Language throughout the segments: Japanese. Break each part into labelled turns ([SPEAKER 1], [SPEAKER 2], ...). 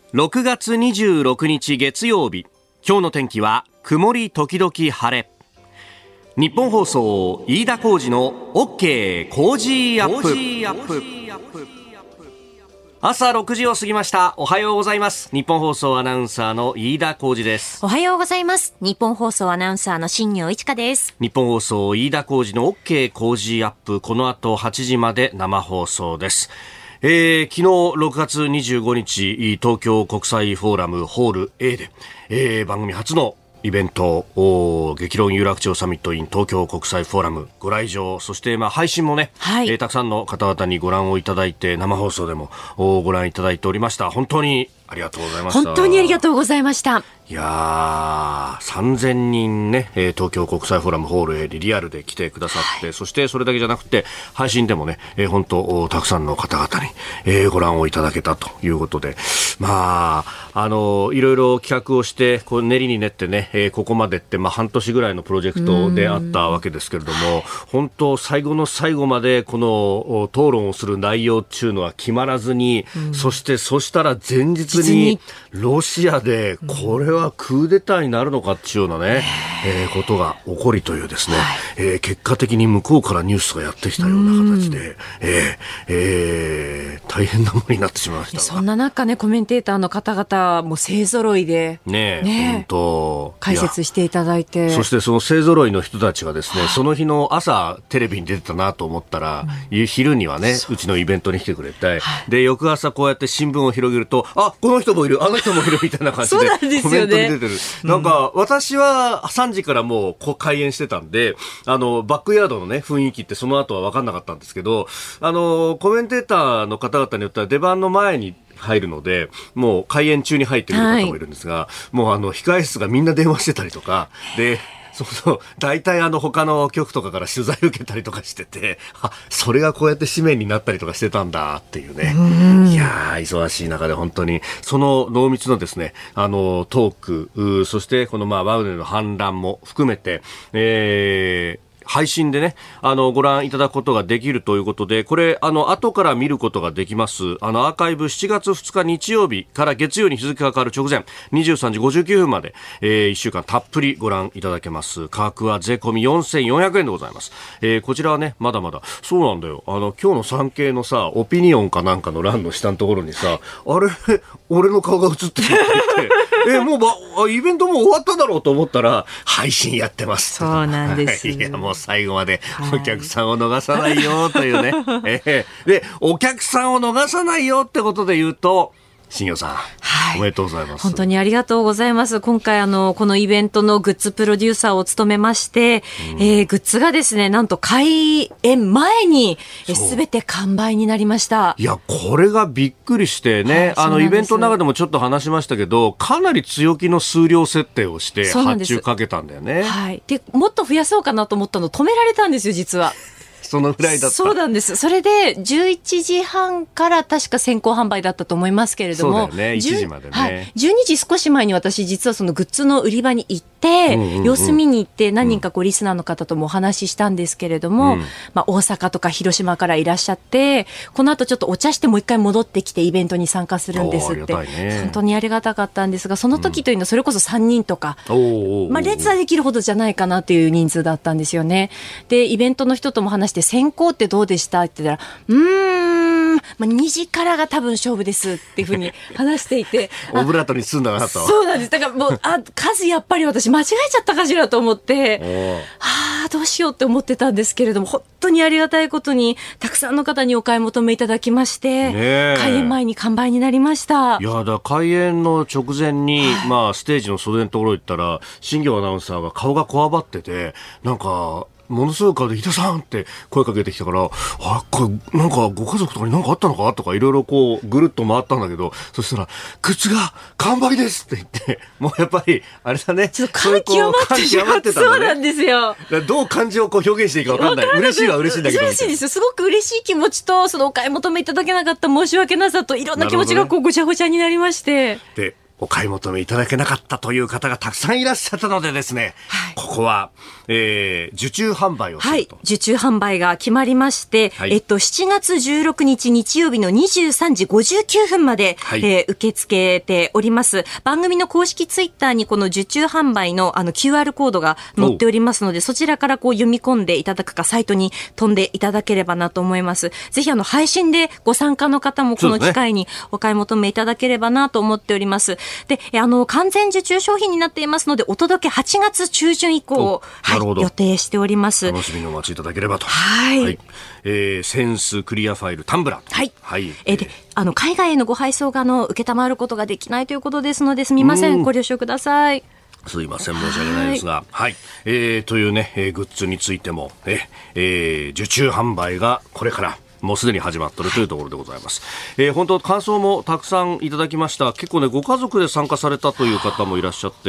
[SPEAKER 1] 6月26日月曜日、今日の天気は曇り時々晴れ。日本放送飯田浩司の OK 工事アップ。朝6時を過ぎました。おはようございます。日本放送アナウンサーの飯田浩司です。
[SPEAKER 2] おはようございます。日本放送アナウンサーの新業一華です。
[SPEAKER 1] 日本放送飯田浩司の OK 工事アップ、この後8時まで生放送です。昨日6月25日東京国際フォーラムホール A で、番組初のイベント激論有楽町サミット in 東京国際フォーラムご来場、そして配信もね、はい、たくさんの方々にご覧をいただいて、生放送でもご覧いただいておりました。本当にありがとうございました。
[SPEAKER 2] 本当にありがとうございました。
[SPEAKER 1] いやー、3000人ね、東京国際フォーラムホールへリアルで来てくださって、はい、そしてそれだけじゃなくて配信でもね、本当たくさんの方々に、ご覧をいただけたということで、いろいろ企画をしてこう練りに練ってね、ここまでって、半年ぐらいのプロジェクトであったわけですけれども、本当最後の最後までこの討論をする内容っていうのは決まらずに、そしたら前日にロシアでこれはクーデターになるのかっていうようなね、ことが起こりというですね、結果的に向こうからニュースがやってきたような形で、大変なものになってしまいました。
[SPEAKER 2] そんな中ね、コメンテーターの方々も勢揃いで
[SPEAKER 1] 本当
[SPEAKER 2] 解説していただいて、
[SPEAKER 1] そしてその勢揃いの人たちがですね、その日の朝テレビに出てたなと思ったら、昼にはね、うちのイベントに来てくれて、で翌朝こうやって新聞を広げると、あ、この人もいる、あの人もいるみたいな感じでコメントに出てる。なんか私は3時からもう開演してたんで、バックヤードのね雰囲気ってその後は分かんなかったんですけど、コメンテーターの方々によっては出番の前に入るので、もう開演中に入っている方もいるんですが、もう控え室がみんな電話してたりとかで、大体他の局とかから取材受けたりとかしてて、それがこうやって紙面になったりとかしてたんだっていうね。いやー、忙しい中で本当にその濃密のですね、トーク、そしてこのワグネルの反乱も含めて、配信でね、ご覧いただくことができるということで、これ、後から見ることができます。アーカイブ7月2日日曜日から月曜に日付が変わる直前、23時59分まで、1週間たっぷりご覧いただけます。価格は税込み4400円でございます。こちらはね、まだまだ、そうなんだよ。今日の産経のさ、オピニオンかなんかの欄の下のところにさ、あれ、俺の顔が映ってるって言って、もうイベントもう終わっただろうと思ったら、配信やってます。
[SPEAKER 2] そうなんです。
[SPEAKER 1] いや、もう最後までお客さんを逃さないよというね、でお客さんを逃さないよってことで言うと、新業さん、おめでとうございます。
[SPEAKER 2] 本当にありがとうございます。今回このイベントのグッズプロデューサーを務めまして、グッズがですね、なんと開演前に全て完売になりました。
[SPEAKER 1] いや、これがびっくりしてね、イベントの中でもちょっと話しましたけど、かなり強気の数量設定をして発注かけたんだよね。
[SPEAKER 2] でもっと増やそうかなと思ったの止められたんですよ、実は。
[SPEAKER 1] そのぐらいだった。
[SPEAKER 2] そうなんです。それで11時半から確か先行販売だったと思いますけれども、
[SPEAKER 1] そうだよね、1時までね、
[SPEAKER 2] 12時少し前に私実はそのグッズの売り場に行って、様子見に行って何人かリスナーの方ともお話ししたんですけれども、大阪とか広島からいらっしゃって、この後ちょっとお茶してもう一回戻ってきてイベントに参加するんですって、本当にありがたかったんですが、その時というのはそれこそ3人とか、列はできるほどじゃないかなという人数だったんですよね。でイベントの人とも話して、先行ってどうでしたって言ったら、2時からが多分勝負ですっていうふうに話していて
[SPEAKER 1] オブラートに包んだなと。
[SPEAKER 2] そうなんです。だからもう数やっぱり私間違えちゃったかしらと思って、どうしようって思ってたんですけれども、本当にありがたいことにたくさんの方にお買い求めいただきまして、開演前に完売になりました。
[SPEAKER 1] いや、だ開演の直前に、ステージの袖のところ行ったら、新業アナウンサーが顔がこわばってて、なんかものすごい顔で、飯田さんって声かけてきたから、これなんかご家族とかに何かあったのかとかいろいろこうぐるっと回ったんだけど、そしたらグッズが完売ですって言って、もうやっぱりあれだね、
[SPEAKER 2] ちょっと感極まってたんだね。そうなんですよ。
[SPEAKER 1] どう感情をこう表現していいか分かんない。嬉しいは嬉しいんだけど、
[SPEAKER 2] 嬉しいですよ。すごく嬉しい気持ちと、そのお買い求めいただけなかった申し訳なさと、いろんな気持ちがこうごちゃごちゃになりまして。
[SPEAKER 1] でお買い求めいただけなかったという方がたくさんいらっしゃったのでですね、はい、ここは、受注販売をすると。
[SPEAKER 2] はい、受注販売が決まりまして、はい、7月16日日曜日の23時59分まで、はい、受け付けております。番組の公式ツイッターにこの受注販売のQR コードが載っておりますので、そちらからこう読み込んでいただくか、サイトに飛んでいただければなと思います。ぜひ配信でご参加の方もこの機会にお買い求めいただければなと思っております。で、完全受注商品になっていますので、お届け8月中旬以降、はい、予定しております。
[SPEAKER 1] 楽しみにお待ちいただければと。
[SPEAKER 2] はい。はい、
[SPEAKER 1] センスクリアファイルタンブラー。
[SPEAKER 2] はい。はい。で、海外へのご配送が受けたまわることができないということですので、すみません。ご了承ください。
[SPEAKER 1] すいません、申し訳ないですが、はい、というね、グッズについても、受注販売がこれからもうすでに始まっているというところでございます。本当感想もたくさんいただきました。結構ね、ご家族で参加されたという方もいらっしゃって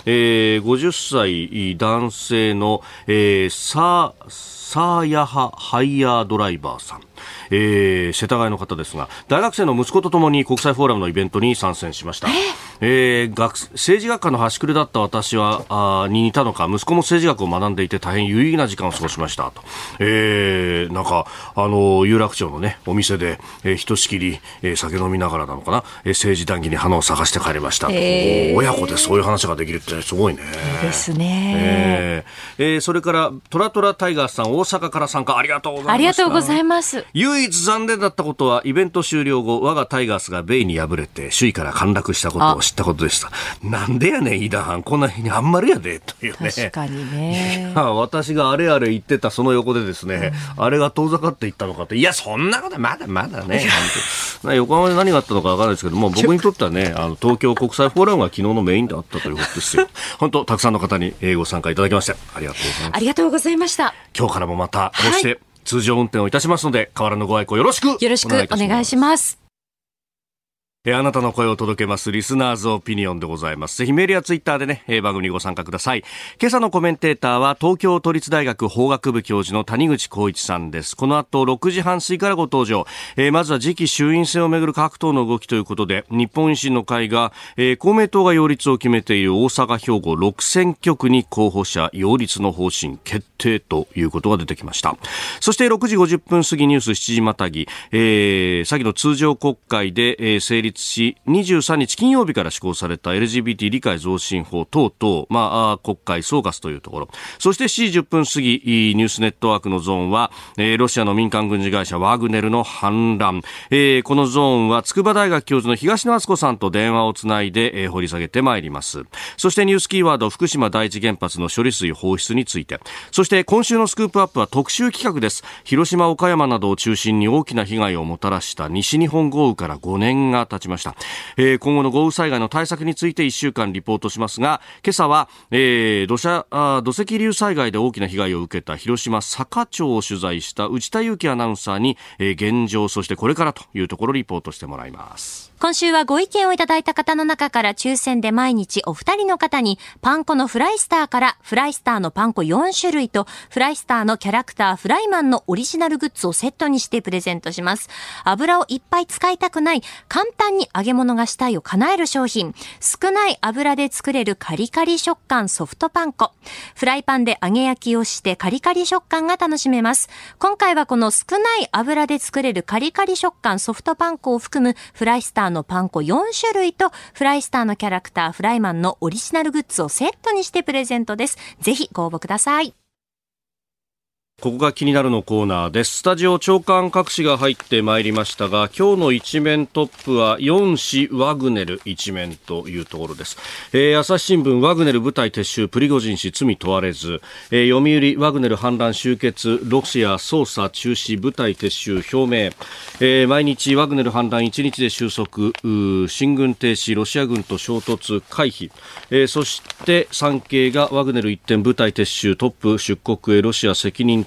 [SPEAKER 1] 、50歳男性の、サーヤハハイヤードライバーさん、世田谷の方ですが、大学生の息子とともに国際フォーラムのイベントに参戦しました。政治学科の端くれだった私に似たのか、息子も政治学を学んでいて大変有意義な時間を過ごしましたと。なんか有楽町のねお店で、ひとしきり、酒飲みながらなのかな、政治談義に花を探して帰りました。親子でそういう話ができるってすごいね。
[SPEAKER 2] いいですね。
[SPEAKER 1] それからトラトラタイガーさん、大阪から参加ありがとうございました。
[SPEAKER 2] ありがとうございます。
[SPEAKER 1] 唯一残念だったことは、イベント終了後、我がタイガースがベイに敗れて首位から陥落したことを知ったことでした。なんでやねん、イダハン、こんな日にあんまりやでというね。
[SPEAKER 2] 確かにね。
[SPEAKER 1] 私があれあれ言ってたその横でですね、あれが遠ざかっていったのかって、いやそんなことまだまだね横浜で何があったのか分からないですけども、僕にとってはね、東京国際フォーラムが昨日のメインであったということですよ。本当たくさんの方にご参加いただきましてありがとうございます。
[SPEAKER 2] ありがとうございました。
[SPEAKER 1] 今日からもまたこうして、通常運転をいたしますので、変わらぬご愛顧よろしくお
[SPEAKER 2] 願いします。
[SPEAKER 1] あなたの声を届けますリスナーズオピニオンでございます。ぜひメールやツイッターでね、番組にご参加ください。今朝のコメンテーターは東京都立大学法学部教授の谷口浩一さんです。この後6時半過ぎからご登場。まずは次期衆院選をめぐる各党の動きということで、日本維新の会が、公明党が擁立を決めている大阪兵庫6選挙区に候補者擁立の方針決定ということが出てきました。そして6時50分過ぎニュース7時またぎ、先の通常国会で、成立し23日金曜日から施行された LGBT 理解増進法等々、国会総括というところ。そして7時10分過ぎニュースネットワークのゾーンは、ロシアの民間軍事会社ワグネルの反乱、このゾーンは筑波大学教授の東野敦子さんと電話をつないで、掘り下げてまいります。そしてニュースキーワード福島第一原発の処理水放出について、そして今週のスクープアップは特集企画です。広島岡山などを中心に大きな被害をもたらした西日本豪雨から5年が経ちました。今後の豪雨災害の対策について1週間リポートしますが、今朝は、土石流災害で大きな被害を受けた広島坂町を取材した内田裕樹アナウンサーに、現状そしてこれからというところをリポートしてもらいます。
[SPEAKER 2] 今週はご意見をいただいた方の中から抽選で毎日お二人の方にパン粉のフライスターからフライスターのパン粉4種類とフライスターのキャラクターフライマンのオリジナルグッズをセットにしてプレゼントします。油をいっぱい使いたくない、簡単に揚げ物がしたいを叶える商品、少ない油で作れるカリカリ食感ソフトパン粉、フライパンで揚げ焼きをしてカリカリ食感が楽しめます。今回はこの少ない油で作れるカリカリ食感ソフトパン粉を含むフライスターのパン粉4種類とフライスターのキャラクターフライマンのオリジナルグッズをセットにしてプレゼントです。ぜひご応募ください。
[SPEAKER 1] ここが気になるのコーナーです。スタジオ長官各紙が入ってまいりましたが、今日の一面トップは4紙ワグネル一面というところです。朝日新聞ワグネル部隊撤収プリゴジン氏罪問われず、読売ワグネル反乱終結ロシア捜査中止部隊撤収表明、毎日ワグネル反乱1日で収束、進軍停止ロシア軍と衝突回避、そして産経がワグネル一転部隊撤収トップ出国へロシア責任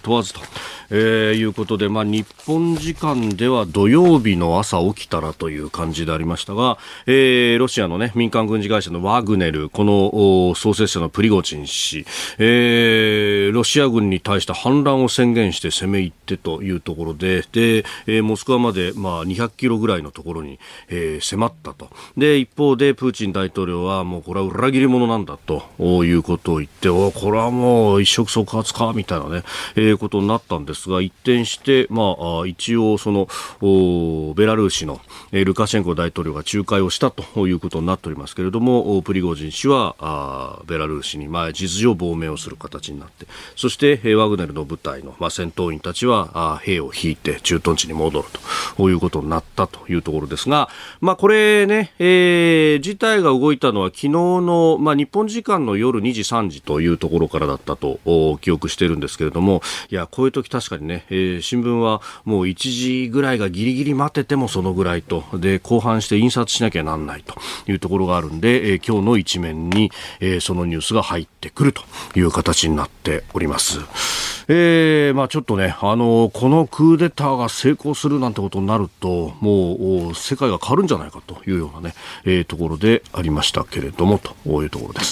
[SPEAKER 1] 問わずと、いうことで、日本時間では土曜日の朝起きたらという感じでありましたが、ロシアの、民間軍事会社のワグネル、この創設者のプリゴジン氏、ロシア軍に対して反乱を宣言して攻め入ってというところで、モスクワまで、200キロぐらいのところに、迫ったと。で、一方でプーチン大統領はもうこれは裏切り者なんだということを言って、これはもう一触即発かみたいなね、ことになったんですが、一転して、一応そのベラルーシのルカシェンコ大統領が仲介をしたということになっておりますけれども、プリゴジン氏はベラルーシに実情亡命をする形になって、そしてワグネルの部隊の戦闘員たちは兵を引いて駐屯地に戻るということになったというところですが、これね、事態が動いたのは昨日の、日本時間の夜2時3時というところからだったと記憶しているんですけれども、いやこういう時確かにね、新聞はもう1時ぐらいがギリギリ待っててもそのぐらいとで後半して印刷しなきゃなんないというところがあるんで、今日の一面に、そのニュースが入ってくるという形になっております。ちょっとね、このクーデターが成功するなんてことになるともう世界が変わるんじゃないかというようなね、ところでありましたけれどもというところです。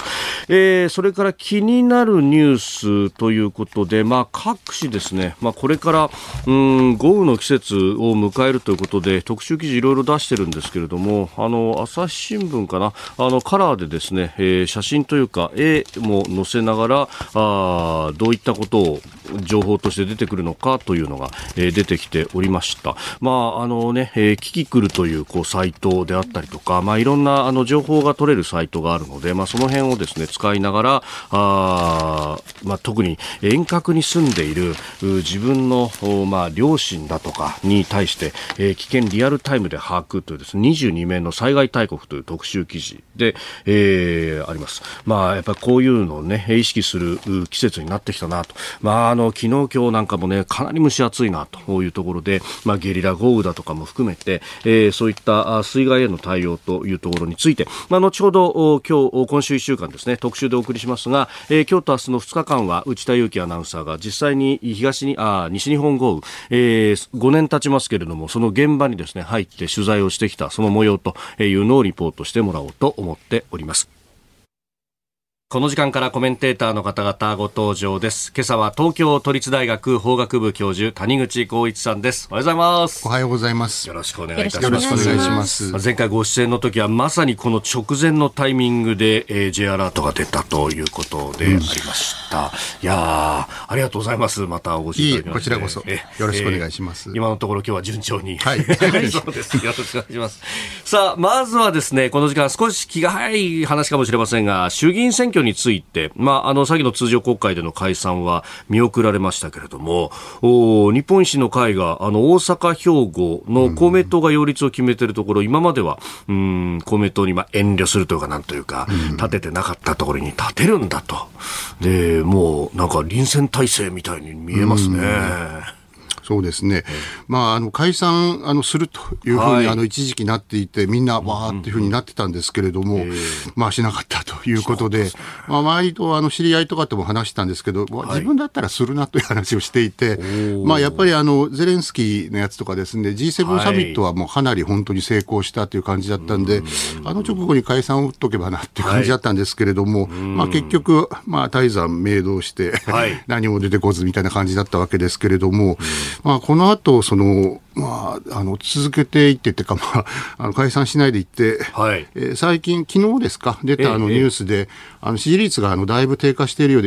[SPEAKER 1] それから気になるニュースということで、各紙ですね、これから豪雨の季節を迎えるということで特集記事いろいろ出してるんですけれども、朝日新聞かな、カラーでですね、写真というか絵も載せながらどういったことを情報として出てくるのかというのが、出てきておりました。キキクルというサイトであったりとか、いろんな情報が取れるサイトがあるので、その辺をですね使いながら特に遠隔に住んでいる自分の、両親だとかに対して、危険リアルタイムで把握というですね22名の災害大国という特集記事で、あります。やっぱりこういうのをね意識する季節になってきたなと。昨日今日なんかもねかなり蒸し暑いなというところで、ゲリラ豪雨だとかも含めて、そういった水害への対応というところについて、後ほど今週1週間ですね特集でお送りしますが、今日と明日の2日間は内田裕樹アナウンサーが実際に西日本豪雨、5年経ちますけれどもその現場にですね入って取材をしてきたその模様というのをリポートしてもらおうと思っております。この時間からコメンテーターの方々ご登場です。今朝は東京都立大学法学部教授谷口光一さんです。おはようございます。
[SPEAKER 3] おはようございます。
[SPEAKER 1] よろしくお願いいたします。
[SPEAKER 3] よろしくお願いします。
[SPEAKER 1] 前回ご出演の時はまさにこの直前のタイミングで、J アラートが出たということでありました。いやありがとうございます。またお越しいただきまして。
[SPEAKER 3] こちらこそよろしくお願いします。
[SPEAKER 1] 今のところ今日は順調に、
[SPEAKER 3] はい
[SPEAKER 1] そうです。よろしくお願いします。さあまずはですねこの時間少し気が早い話かもしれませんが衆議院選挙について先の通常国会での解散は見送られましたけれども、日本維新の会が大阪兵庫の公明党が擁立を決めているところ、今までは公明党に遠慮するというかなんというか、立ててなかったところに立てるんだと。でもうなんか臨戦態勢みたいに見えますね。
[SPEAKER 3] そうですね、解散するというふうに、一時期なっていてみんなわーっていうふうになってたんですけれども、しなかったということで、周りと知り合いとかとも話したんですけど、自分だったらするなという話をしていて、やっぱりゼレンスキーのやつとかですね G7 サミットはもうかなり本当に成功したという感じだったんで、直後に解散を打っとけばなっていう感じだったんですけれども、結局大山明堂して何も出てこずみたいな感じだったわけですけれども、この後続けていってというか、解散しないでいって、最近昨日ですか出たニュースで、支持率がだいぶ低下しているようで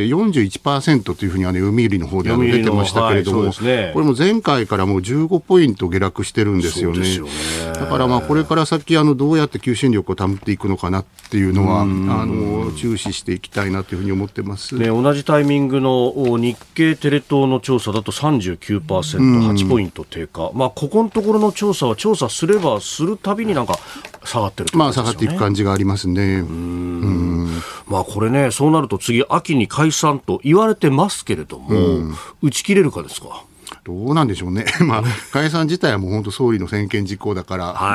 [SPEAKER 3] 41% というふうに読売の方で出てましたけれども、これも前回からもう15ポイント下落してるんですよね。だからこれから先どうやって求心力を保っていくのかなっていうのは注視していきたいなというふうに思ってます、
[SPEAKER 1] 同じタイミングの日経テレ東の調査だと 39%8 ポイント低下、ここのところの調査は調査すればするたびになんか下がってると、
[SPEAKER 3] 下がっていく感じがありますね。
[SPEAKER 1] これねそうなると次秋に解散と言われてますけれども、打ち切れるかですか。
[SPEAKER 3] どうなんでしょうね。解散自体はもう本当総理の専権事項だから、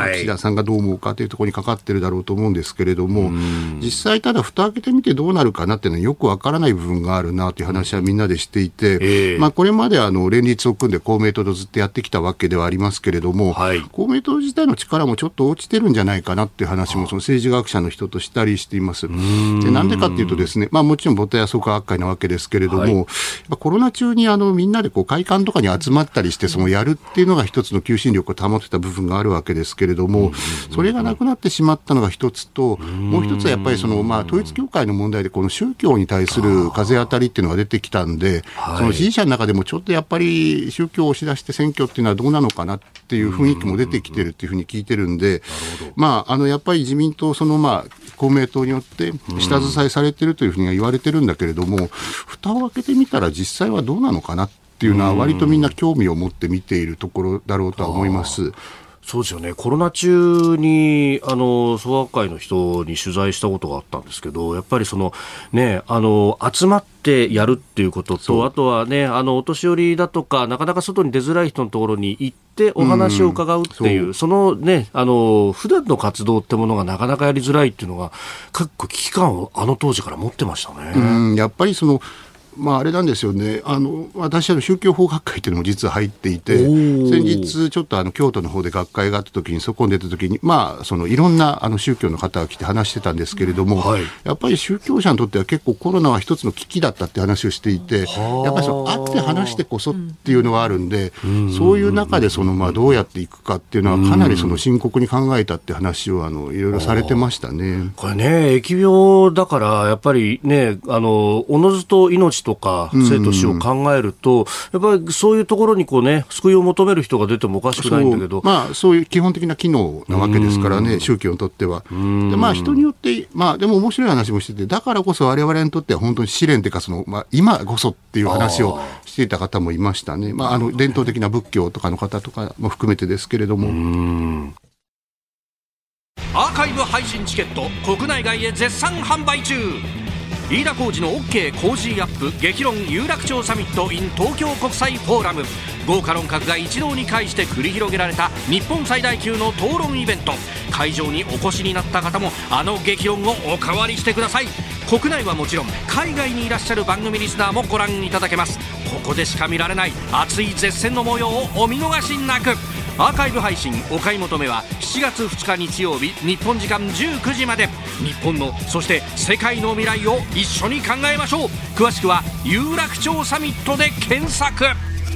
[SPEAKER 3] 岸田さんがどう思うかというところにかかってるだろうと思うんですけれども、実際ただ蓋を開けてみてどうなるかなっていうのはよくわからない部分があるなという話はみんなでしていて、これまで連立を組んで公明党とずっとやってきたわけではありますけれども、公明党自体の力もちょっと落ちてるんじゃないかなっていう話もその政治学者の人としたりしています。で、なんでかっていうとですね、もちろん母体は創価学会なわけですけれども、コロナ中にみんなで会館とかに集まったりしてやるっていうのが一つの求心力を保ってた部分があるわけですけれども、それがなくなってしまったのが一つと、もう一つはやっぱり統一教会の問題でこの宗教に対する風当たりっていうのが出てきたんで、その支持者の中でもちょっとやっぱり宗教を押し出して選挙っていうのはどうなのかなっていう雰囲気も出てきてるっていうふうに聞いてるんで、やっぱり自民党公明党によって下支えされてるというふうには言われてるんだけれども、蓋を開けてみたら実際はどうなのかなっていうのは割とみんな興味を持って見ているところだろうとは思います。
[SPEAKER 1] そうですよね。コロナ中に創学会の人に取材したことがあったんですけど、やっぱり集まってやるっていうことと、あとはね、お年寄りだとかなかなか外に出づらい人のところに行ってお話を伺うっていう、そのね、普段の活動ってものがなかなかやりづらいっていうのが結構危機感を当時から持ってましたね。
[SPEAKER 3] やっぱりあれなんですよね。私は宗教法学会というのも実は入っていて、先日ちょっと京都の方で学会があった時に、そこに出た時に、いろんな宗教の方が来て話してたんですけれども、やっぱり宗教者にとっては結構コロナは一つの危機だったって話をしていて、やっぱり会って話してこそっていうのはあるんで、そういう中でどうやっていくかっていうのはかなり深刻に考えたって話をいろいろされてましたね。
[SPEAKER 1] これね、疫病だからやっぱりね、おのずと命とか生と死を考えると、やっぱりそういうところに救いを求める人が出てもおかしくないんだけど、
[SPEAKER 3] そういう基本的な機能なわけですからね、宗教にとっては。で、人によって、でも面白い話もしてて、だからこそ我々にとっては本当に試練というか今こそっていう話をしていた方もいましたね。伝統的な仏教とかの方とかも含めてですけれども。
[SPEAKER 1] アーカイブ配信チケット国内外へ絶賛販売中。飯田浩司の OK コージーアップ激論有楽町サミット in 東京国際フォーラム。豪華論客が一堂に会して繰り広げられた日本最大級の討論イベント。会場にお越しになった方も激論をおかわりしてください。国内はもちろん海外にいらっしゃる番組リスナーもご覧いただけます。ここでしか見られない熱い絶戦の模様をお見逃しなく。アーカイブ配信お買い求めは7月2日日曜日日本時間19時まで。日本のそして世界の未来を一緒に考えましょう。詳しくは有楽町サミットで検索。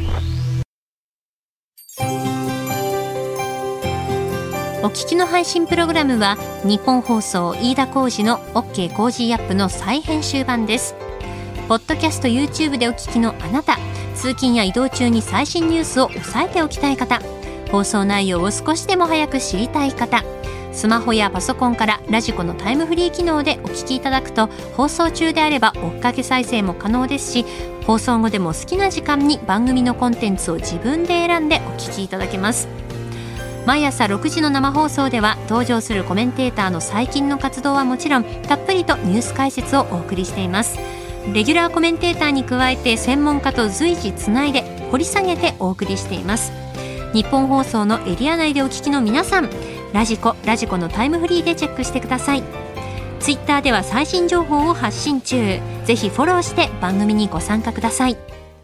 [SPEAKER 4] お聞きの配信プログラムは日本放送飯田浩司の OK コージーアップの再編集版です。ポッドキャスト YouTube でお聞きのあなた、通勤や移動中に最新ニュースを押さえておきたい方、放送内容を少しでも早く知りたい方、スマホやパソコンからラジコのタイムフリー機能でお聞きいただくと、放送中であれば追っかけ再生も可能ですし、放送後でも好きな時間に番組のコンテンツを自分で選んでお聞きいただけます。毎朝6時の生放送では登場するコメンテーターの最近の活動はもちろん、たっぷりとニュース解説をお送りしています。レギュラーコメンテーターに加えて専門家と随時つないで掘り下げてお送りしています。日本放送のエリア内でお聞きの皆さん、ラジコのタイムフリーでチェックしてください。ツイッターでは最新情報を発信中。ぜひフォローして番組にご参加ください。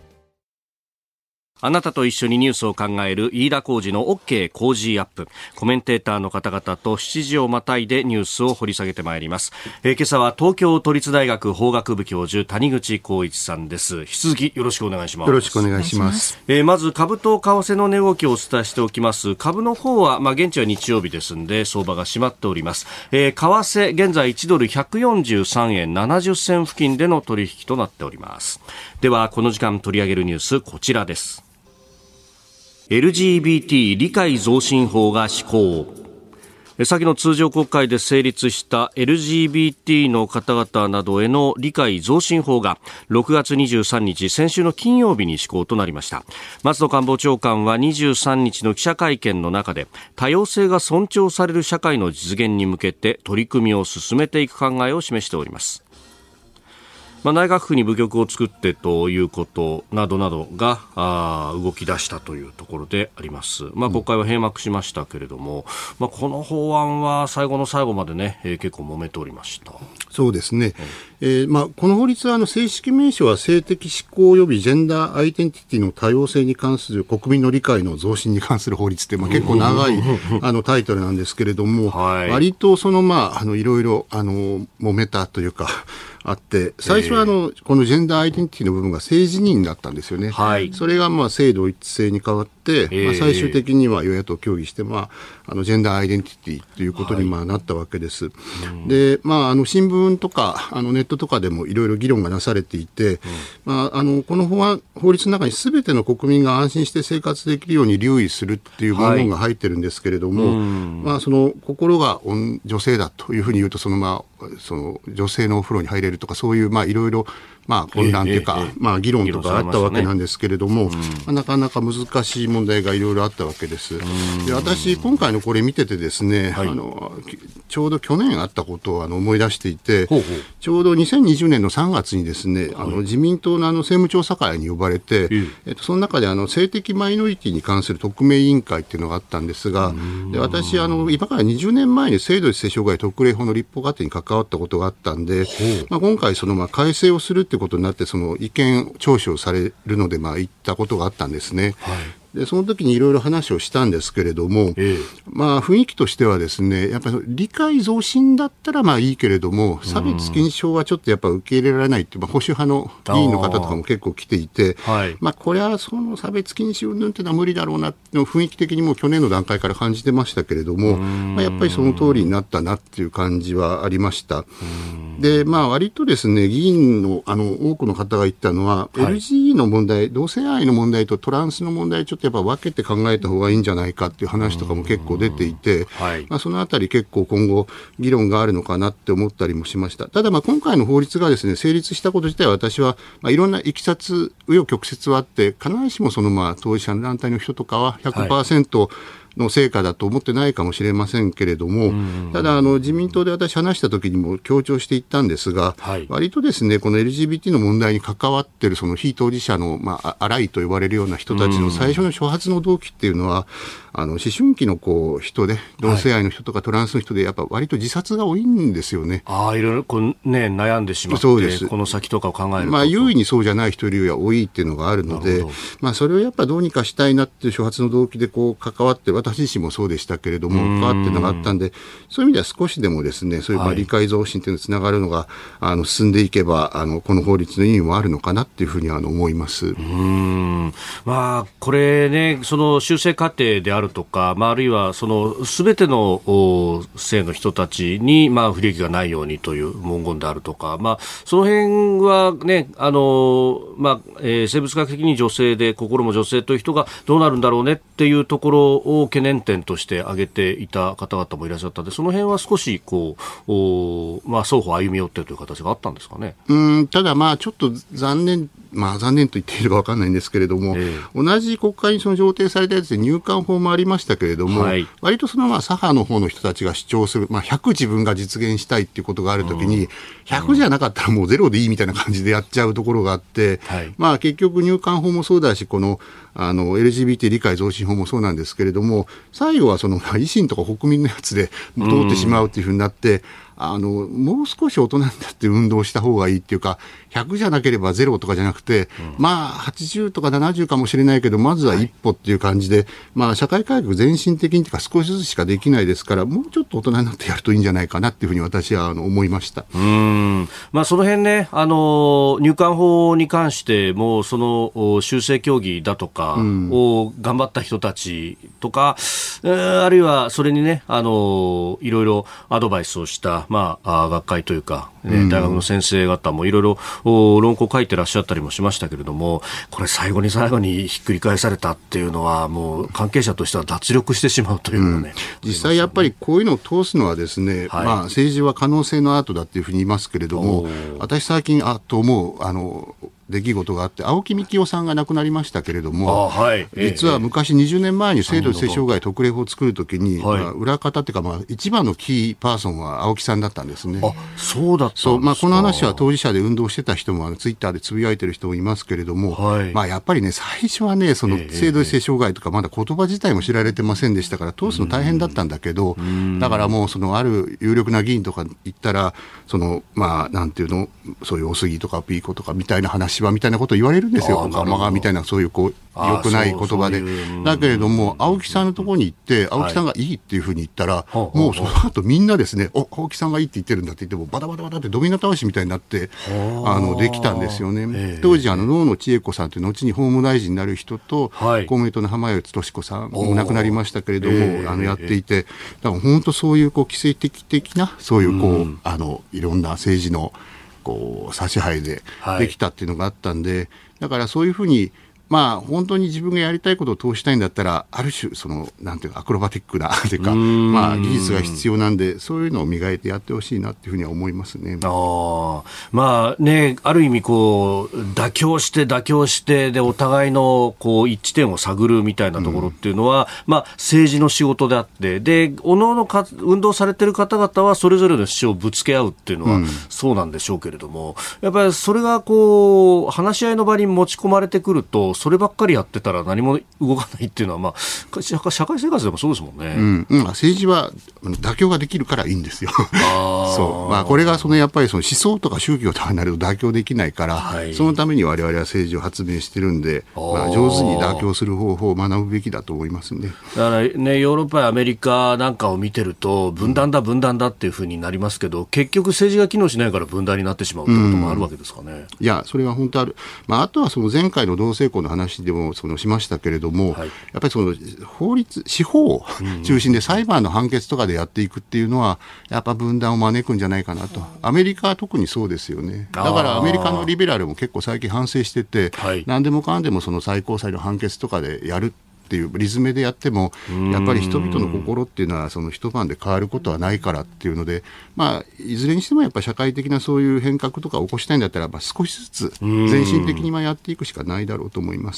[SPEAKER 1] あなたと一緒にニュースを考える飯田浩司の OK コージーアップ。コメンテーターの方々と7時をまたいでニュースを掘り下げてまいります。今朝は東京都立大学法学部教授谷口浩一さんです。引き続きよろしくお願いします。
[SPEAKER 3] よろしくお願いします。
[SPEAKER 1] まず株と為替の値動きをお伝えしておきます。株の方は、現地は日曜日ですんで相場が閉まっております。為替現在1ドル143円70銭付近での取引となっております。ではこの時間取り上げるニュース、こちらです。LGBT 理解増進法が施行。先の通常国会で成立した LGBT の方々などへの理解増進法が6月23日先週の金曜日に施行となりました。松野官房長官は23日の記者会見の中で、多様性が尊重される社会の実現に向けて取り組みを進めていく考えを示しております。 内閣府に部局を作ってということなどなどが動き出したというところであります。国会は閉幕しましたけれども、この法案は最後の最後までね、結構揉めておりました。
[SPEAKER 3] そうですね。この法律は正式名称は性的指向及びジェンダーアイデンティティの多様性に関する国民の理解の増進に関する法律って、結構長いタイトルなんですけれども、割といろいろ揉めたというかあって、最初はこのジェンダーアイデンティティの部分が性自認だったんですよね。それが性同一性に変わって、最終的には与野党協議して、ジェンダーアイデンティティということになったわけです。で、新聞とかネットとかでもいろいろ議論がなされていて、この法律の中に全ての国民が安心して生活できるように留意するっていう文言が入ってるんですけれども、その心が女性だというふうに言うと、その女性のお風呂に入れるとか、そういういろいろ混乱というか、議論とかあったわけなんですけれども、なかなか難しい問題がいろいろあったわけです。で、私今回のこれ見ててですね、ちょうど去年あったことを思い出していて、ちょうど2020年の3月にですね、自民党の政務調査会に呼ばれて、その中で性的マイノリティに関する特命委員会っていうのがあったんですが、で、私今から20年前に性同一性障害特例法の立法過程に関わったことがあったんで、今回改正をするということになって、意見聴取をされるので言ったことがあったんですね。で、その時にいろいろ話をしたんですけれども、雰囲気としてはですね、やっぱり理解増進だったらいいけれども、差別禁止法はちょっとやっぱ受け入れられないっていう、保守派の議員の方とかも結構来ていて、これはその差別禁止云々っていうのは無理だろうなっていうのを雰囲気的にも去年の段階から感じてましたけれども、やっぱりその通りになったなっていう感じはありました。で、割とですね、議員の多くの方が言ったのは、LG の問題、同性愛の問題とトランスの問題、ちょっとやっぱ分けて考えた方がいいんじゃないかっていう話とかも結構出ていて、そのあたり結構今後議論があるのかなって思ったりもしました。ただ今回の法律がですね、成立したこと自体は私はいろんないきさつ、紆余曲折はあって、必ずしも当事者の団体の人とかは 100% の成果だと思ってないかもしれませんけれども、ただ自民党で私話した時にも強調していったんですが、割とですね、この LGBT の問題に関わっているその非当事者の荒いと呼ばれるような人たちの最初の初発の動機っていうのは、思春期の人で、同性愛の人とかトランスの人で、やっぱ割と自殺が多いんですよね。
[SPEAKER 1] いろいろ悩んでしまって、
[SPEAKER 3] そうです。
[SPEAKER 1] この先とかを考えると。
[SPEAKER 3] 優位にそうじゃない人よりは多いっていうのがあるので、それをやっぱどうにかしたいなっていう初発の動機で関わって、私自身もそうでしたけれども、関わっていうのがあったんで、そういう意味では少しでもですね、そういう理解増進というのにつながるのが、進んでいけば、この法律の意味もあるのかなっていうふうに思います。
[SPEAKER 1] これね、その修正過程であるとか、あるいはその全ての性の人たちに不利益がないようにという文言であるとか、その辺はね、生物学的に女性で心も女性という人がどうなるんだろうねっていうところを懸念点として挙げていた方々もいらっしゃったので、その辺は少し双方歩み寄っているという形があったんですかね。
[SPEAKER 3] ただちょっと残念と言っているか分かんないんですけれども、同じ国会に上程されたやつで入管法もありましたけれども、割と左派の方の人たちが主張する、100自分が実現したいっていうことがあるときに、100じゃなかったらもうゼロでいいみたいな感じでやっちゃうところがあって、結局入管法もそうだし、このLGBT 理解増進法もそうなんですけれども、最後は維新とか国民のやつで通ってしまうというふうになって、もう少し大人になって運動した方がいいっていうか、100じゃなければゼロとかじゃなくて、80とか70かもしれないけど、まずは一歩っていう感じで、社会改革全身的にというか少しずつしかできないですから、もうちょっと大人になってやるといいんじゃないかなっていうふうに私は思いました。
[SPEAKER 1] その辺ね、入管法に関しても、その修正協議だとかを頑張った人たちとか、あるいはそれにね、いろいろアドバイスをした学会というか、大学の先生方もいろいろ論考を書いてらっしゃったりもしましたけれども、これ最後にひっくり返されたっていうのは、もう関係者としては脱力してしまうというかね、
[SPEAKER 3] 実際やっぱりこういうのを通すのはですね、政治は可能性のアートだっていうふうに言いますけれども、私最近と思う出来事があって、青木幹雄さんが亡くなりましたけれども、
[SPEAKER 1] はい、
[SPEAKER 3] 実は昔20年前に性同一性障害特例法を作るときに、裏方っていうか、一番のキーパーソンは青木さんだったんですね。
[SPEAKER 1] そうだったんですか。
[SPEAKER 3] そう、この話は当事者で運動してた人もツイッターでつぶやいてる人もいますけれども、やっぱりね、最初はね、その性同一性障害とかまだ言葉自体も知られてませんでしたから、通すの大変だったんだけど、だからもうそのある有力な議員とか言ったら、そのなんていうの、そういうお杉とかピーコとかみたいな話はみたいなことを言われるんですよ。みたいな、そういう良くない言葉で。だけれども、青木さんのところに行って、青木さんがいいっていうふうに言ったら、もうその後みんなですね、青木さんがいいって言ってるんだって言っても、バタバタバタってドミノ倒しみたいになって、できたんですよね。当時、能野千恵子さんという後に法務大臣になる人と、公明党の浜内俊子さんも亡くなりましたけれども、やっていて、だから本当そういう奇跡的な、そういういろんな政治の差し配でできたっていうのがあったんで、だからそういうふうに、本当に自分がやりたいことを通したいんだったら、ある種なんていうかアクロバティックなというか、技術が必要なんで、そういうのを磨いてやってほしいなっていうふうには思いますね。
[SPEAKER 1] ある意味妥協してでお互いの一致点を探るみたいなところっていうのは、政治の仕事であって、で各々運動されてる方々はそれぞれの主張をぶつけ合うっていうのは、そうなんでしょうけれども、やっぱりそれが話し合いの場に持ち込まれてくると、そればっかりやってたら何も動かないっていうのは、社会生活でもそうですもんね。
[SPEAKER 3] 政治は妥協ができるからいいんですよ。そう、これがやっぱり思想とか宗教とかになると妥協できないから、そのために我々は政治を発明してるんで、上手に妥協する方法を学ぶべきだと思いますね。
[SPEAKER 1] だからね、ヨーロッパやアメリカなんかを見てると分断だっていうふうになりますけど、結局政治が機能しないから分断になってしまうということもあるわけですかね。
[SPEAKER 3] いや、それは本当ある。あとは前回の同性婚の話でもしましたけれども、やっぱり法律、司法を中心で裁判の判決とかでやっていくっていうのは、やっぱ分断を招くんじゃないかなと。アメリカは特にそうですよね。だからアメリカのリベラルも結構最近反省してて、何でもかんでも最高裁の判決とかでやるっていうリズムでやっても、やっぱり人々の心っていうのは一晩で変わることはないからっていうので、いずれにしてもやっぱり社会的なそういう変革とか起こしたいんだったら、少しずつ全身的にやっていくしかないだろうと思います。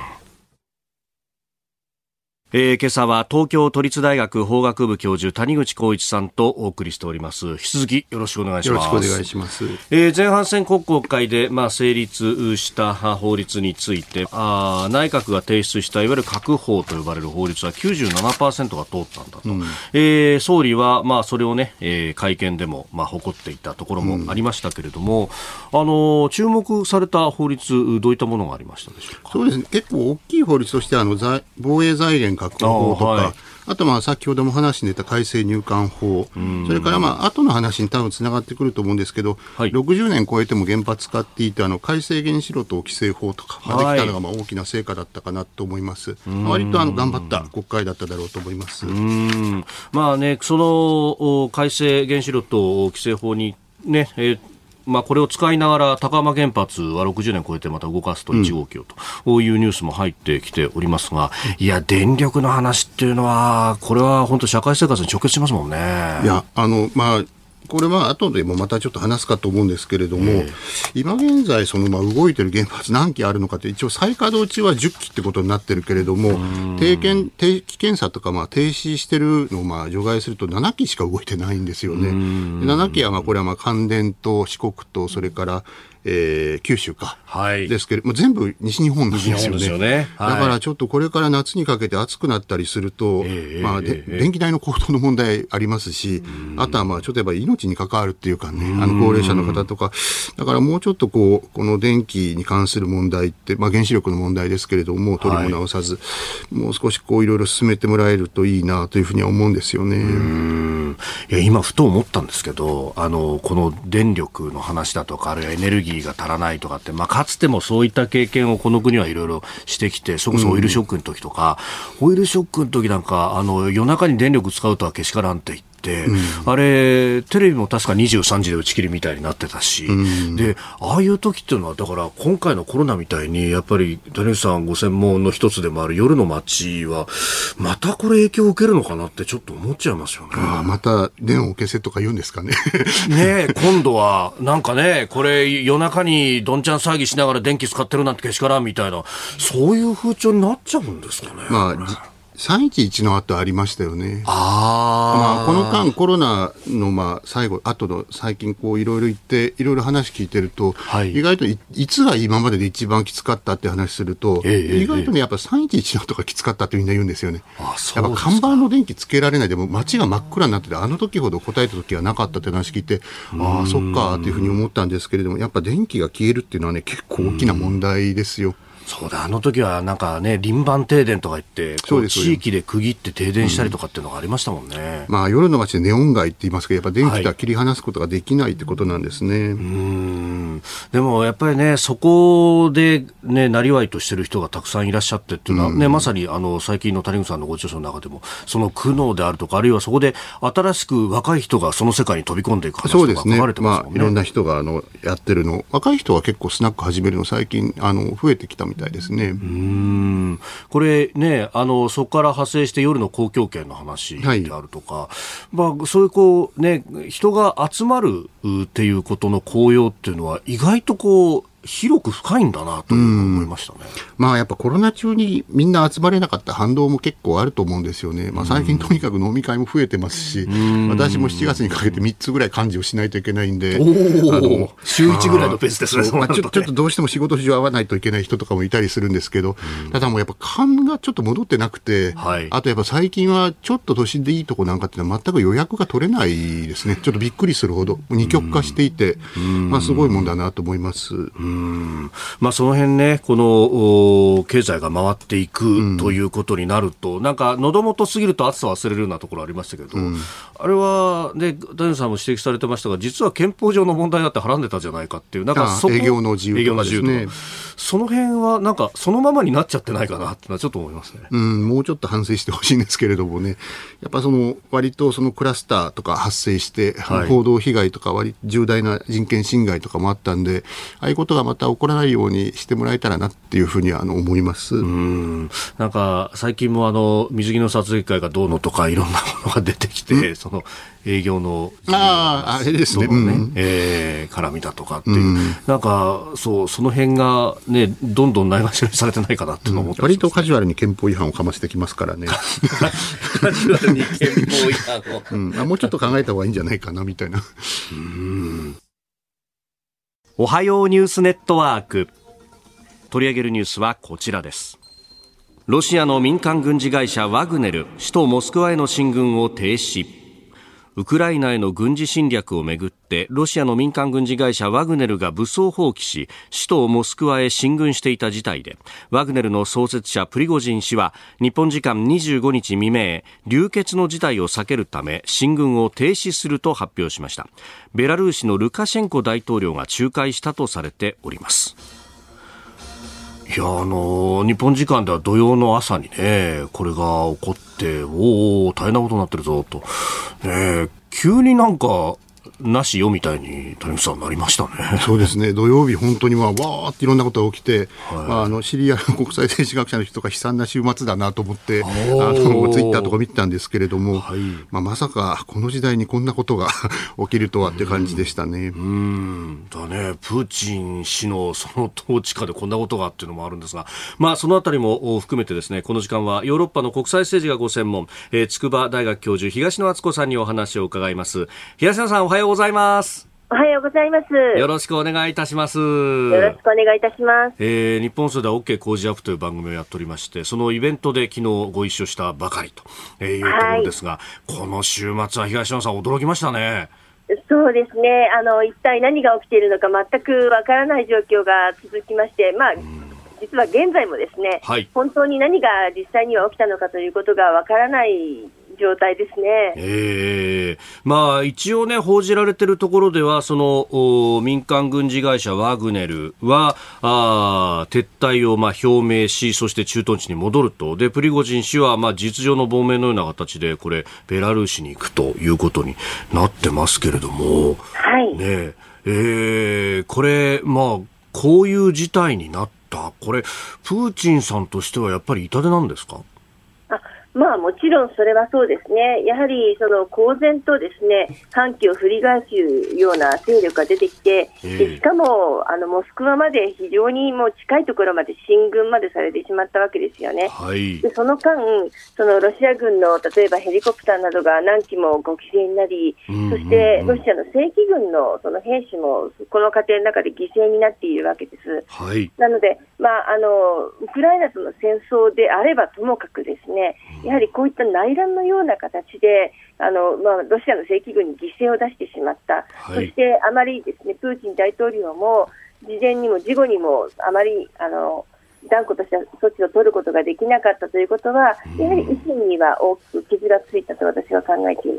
[SPEAKER 1] 今朝は東京都立大学法学部教授谷口浩一さんとお送りしております。引き続きよろしくお願いします。
[SPEAKER 3] よろしくお願いします。
[SPEAKER 1] 前半戦国会で、成立した法律について、内閣が提出したいわゆる閣法と呼ばれる法律は 97% が通ったんだと、総理は、それをね、会見でも、誇っていたところもありましたけれども、注目された法律、どういったものがありましたでしょうか。
[SPEAKER 3] そうですね、結構大きい法律として防衛財源確保法とか、あと先ほども話に出た改正入管法、それから後の話に多分つながってくると思うんですけど、60年超えても原発使っていて改正原子炉等規制法とかできたのが大きな成果だったかなと思います。割と頑張った国会だっただろうと思います。
[SPEAKER 1] その改正原子炉等規制法にね、これを使いながら高浜原発は60年超えてまた動かすと1号機をというニュースも入ってきておりますが、いや電力の話っていうのはこれは本当社会生活に直結しますもんね。
[SPEAKER 3] いやこれは後でもまたちょっと話すかと思うんですけれども、今現在動いてる原発何基あるのかって、一応再稼働中は10基ってことになってるけれども、定期検査とか停止してるのを除外すると7基しか動いてないんですよね。7基はこれは関電と四国とそれから九州か、ですけれども、全部西日本なんですよね。だからちょっとこれから夏にかけて暑くなったりすると、電気代の高騰の問題ありますし、あとはちょっとやっぱり命に関わるっていうかね、高齢者の方とか、だからもうちょっとこの電気に関する問題って、原子力の問題ですけれども、取りも直さず、もう少しいろいろ進めてもらえるといいなというふうには思うんですよね。
[SPEAKER 1] いや今ふと思ったんですけど、この電力の話だとか、あるいはエネルギーが足らないとかって、かつてもそういった経験をこの国はいろいろしてきて、それこそオイルショックの時とか、オイルショックの時なんか夜中に電力使うとはけしからんって言ってて、あれテレビも確か23時で打ち切りみたいになってたし、でああいう時っていうのはだから今回のコロナみたいにやっぱり谷口さんご専門の一つでもある夜の街はまたこれ影響を受けるのかなってちょっと思っちゃいますよね。
[SPEAKER 3] また電を消せとか言うんですかね。
[SPEAKER 1] ねえ今度はなんかねこれ夜中にどんちゃん騒ぎしながら電気使ってるなんてけしからんみたいなそういう風潮になっちゃうんですかね。
[SPEAKER 3] 311の後ありましたよね。この間コロナの最後後の最近こういろいろ言っていろいろ話聞いてると、意外といつが今までで一番きつかったって話すると、意外とねやっぱ311の後がきつかったってみんな言うんですよね。やっぱ看板の電気つけられないでも街が真っ暗になっててあの時ほど答えた時はなかったって話聞いてそっかっていうふうに思ったんですけれども、やっぱ電気が消えるっていうのはね結構大きな問題ですよ。
[SPEAKER 1] そうだあの時はなんかね輪番停電とか言って地域で区切って停電したりとかっていうのがありましたもんね。
[SPEAKER 3] 夜の街でネオン街って言いますけどやっぱ電気とは切り離すことができないってことなんですね。
[SPEAKER 1] でもやっぱりねそこでねなりわいとしてる人がたくさんいらっしゃってっていうのはね、まさに最近の谷口さんのご著書の中でもその苦悩であるとかあるいはそこで新しく若い人がその世界に飛び込んでいく話とか書かれてますもんね。
[SPEAKER 3] いろんな人がやってるの若い人は結構スナック始めるの最近増えてきたみたいですね。
[SPEAKER 1] これねそこから派生して夜の公共圏の話であるとか、そういうこうね人が集まるっていうことの効用っていうのは意外とこう広く深いんだなと思いましたね。
[SPEAKER 3] やっぱコロナ中にみんな集まれなかった反動も結構あると思うんですよね。最近とにかく飲み会も増えてますし、私も7月にかけて3つぐらい幹事をしないといけないんで、
[SPEAKER 1] 週1ぐらいのペースですね。
[SPEAKER 3] ちょっとどうしても仕事上会わないといけない人とかもいたりするんですけど、ただもうやっぱ勘がちょっと戻ってなくて、あとやっぱ最近はちょっと都心でいいとこなんかっていうのは全く予約が取れないですね。ちょっとびっくりするほど二極化していて、すごいもんだなと思います。
[SPEAKER 1] その辺ねこの経済が回っていくということになると、なんか喉元すぎると暑さ忘れるようなところありましたけど、あれはね谷口さんも指摘されてましたが実は憲法上の問題だってはらんでたじゃないかっていうなんか
[SPEAKER 3] 営業の自由とかですね。
[SPEAKER 1] その辺はなんかそのままになっちゃってないかなってのはちょっと思いますね。
[SPEAKER 3] もうちょっと反省してほしいんですけれどもね、やっぱ割とクラスターとか発生して、報道被害とか重大な人権侵害とかもあったんで、ああいうことがまた起こらないようにしてもらえたらなっていうふうには思います。
[SPEAKER 1] なんか最近も水着の撮影会がどうのとかいろんなものが出てきて、その営業の
[SPEAKER 3] あれですね、
[SPEAKER 1] 絡みだとかっていう、なんかその辺がねどんどんないがしろにされてないかなって思って、
[SPEAKER 3] 割とカジュアルに憲法違反をかましてきますからね。
[SPEAKER 1] カジュアルに憲法違反を、
[SPEAKER 3] もうちょっと考えた方がいいんじゃないかなみたいな。
[SPEAKER 1] おはようニュースネットワーク、取り上げるニュースはこちらです。ロシアの民間軍事会社ワグネル、首都モスクワへの進軍を停止。ウクライナへの軍事侵略をめぐってロシアの民間軍事会社ワグネルが武装蜂起し首都モスクワへ進軍していた事態で、ワグネルの創設者プリゴジン氏は日本時間25日未明、流血の事態を避けるため進軍を停止すると発表しました。ベラルーシのルカシェンコ大統領が仲介したとされております。いや日本時間では土曜の朝にねこれが起こって大変なことになってるぞと、急になんかなしよみたいに谷口さんなりましたね。
[SPEAKER 3] そうですね、土曜日本当にわーっていろんなことが起きて、知り合いの国際政治学者の人とか悲惨な週末だなと思ってツイッターとか見てたんですけれども、まさかこの時代にこんなことが起きるとはって感じでしたね。
[SPEAKER 1] プーチン氏のその統治下でこんなことがっていうのもあるんですが、そのあたりも含めてですね、この時間はヨーロッパの国際政治がご専門、筑波大学教授東野篤子さんにお話を伺います。東野さん、おはようございます。
[SPEAKER 5] おはようございます。
[SPEAKER 1] よろしくお願いいたします。
[SPEAKER 5] よろしくお願いいたします。
[SPEAKER 1] 日本放送では OK 工事アップという番組をやっておりまして、そのイベントで昨日ご一緒したばかりというところですが、この週末は東野さん驚きましたね。
[SPEAKER 5] そうですね、一体何が起きているのか全くわからない状況が続きまして、実は現在もですね、本当に何が実際には起きたのかということがわからない状態ですね。
[SPEAKER 1] まあ、一応ね、報じられているところでは、その民間軍事会社ワグネルは撤退を表明し、そして駐屯地に戻ると。で、プリゴジン氏は事実上の亡命のような形でこれベラルーシに行くということになってますけれども、
[SPEAKER 5] はい、
[SPEAKER 1] ねこれこういう事態になった。これプーチンさんとしてはやっぱり痛手なんですか？
[SPEAKER 5] もちろんそれはそうですね。やはり公然とですね、反旗を振り返すような勢力が出てきて、でしかもモスクワまで非常にもう近いところまで進軍までされてしまったわけですよね。
[SPEAKER 1] はい、
[SPEAKER 5] でその間、ロシア軍の例えばヘリコプターなどが何機もご犠牲になり、そしてロシアの正規軍の兵士もこの過程の中で犠牲になっているわけです。
[SPEAKER 1] はい、
[SPEAKER 5] なので、ウクライナとの戦争であればともかくですね、やはりこういった内乱のような形でロシアの正規軍に犠牲を出してしまった、
[SPEAKER 1] はい、
[SPEAKER 5] そしてあまりですね、プーチン大統領も事前にも事後にもあまり断固とした措置を取ることができなかったということは、やはり維新には大きく傷がついたと私は考えています。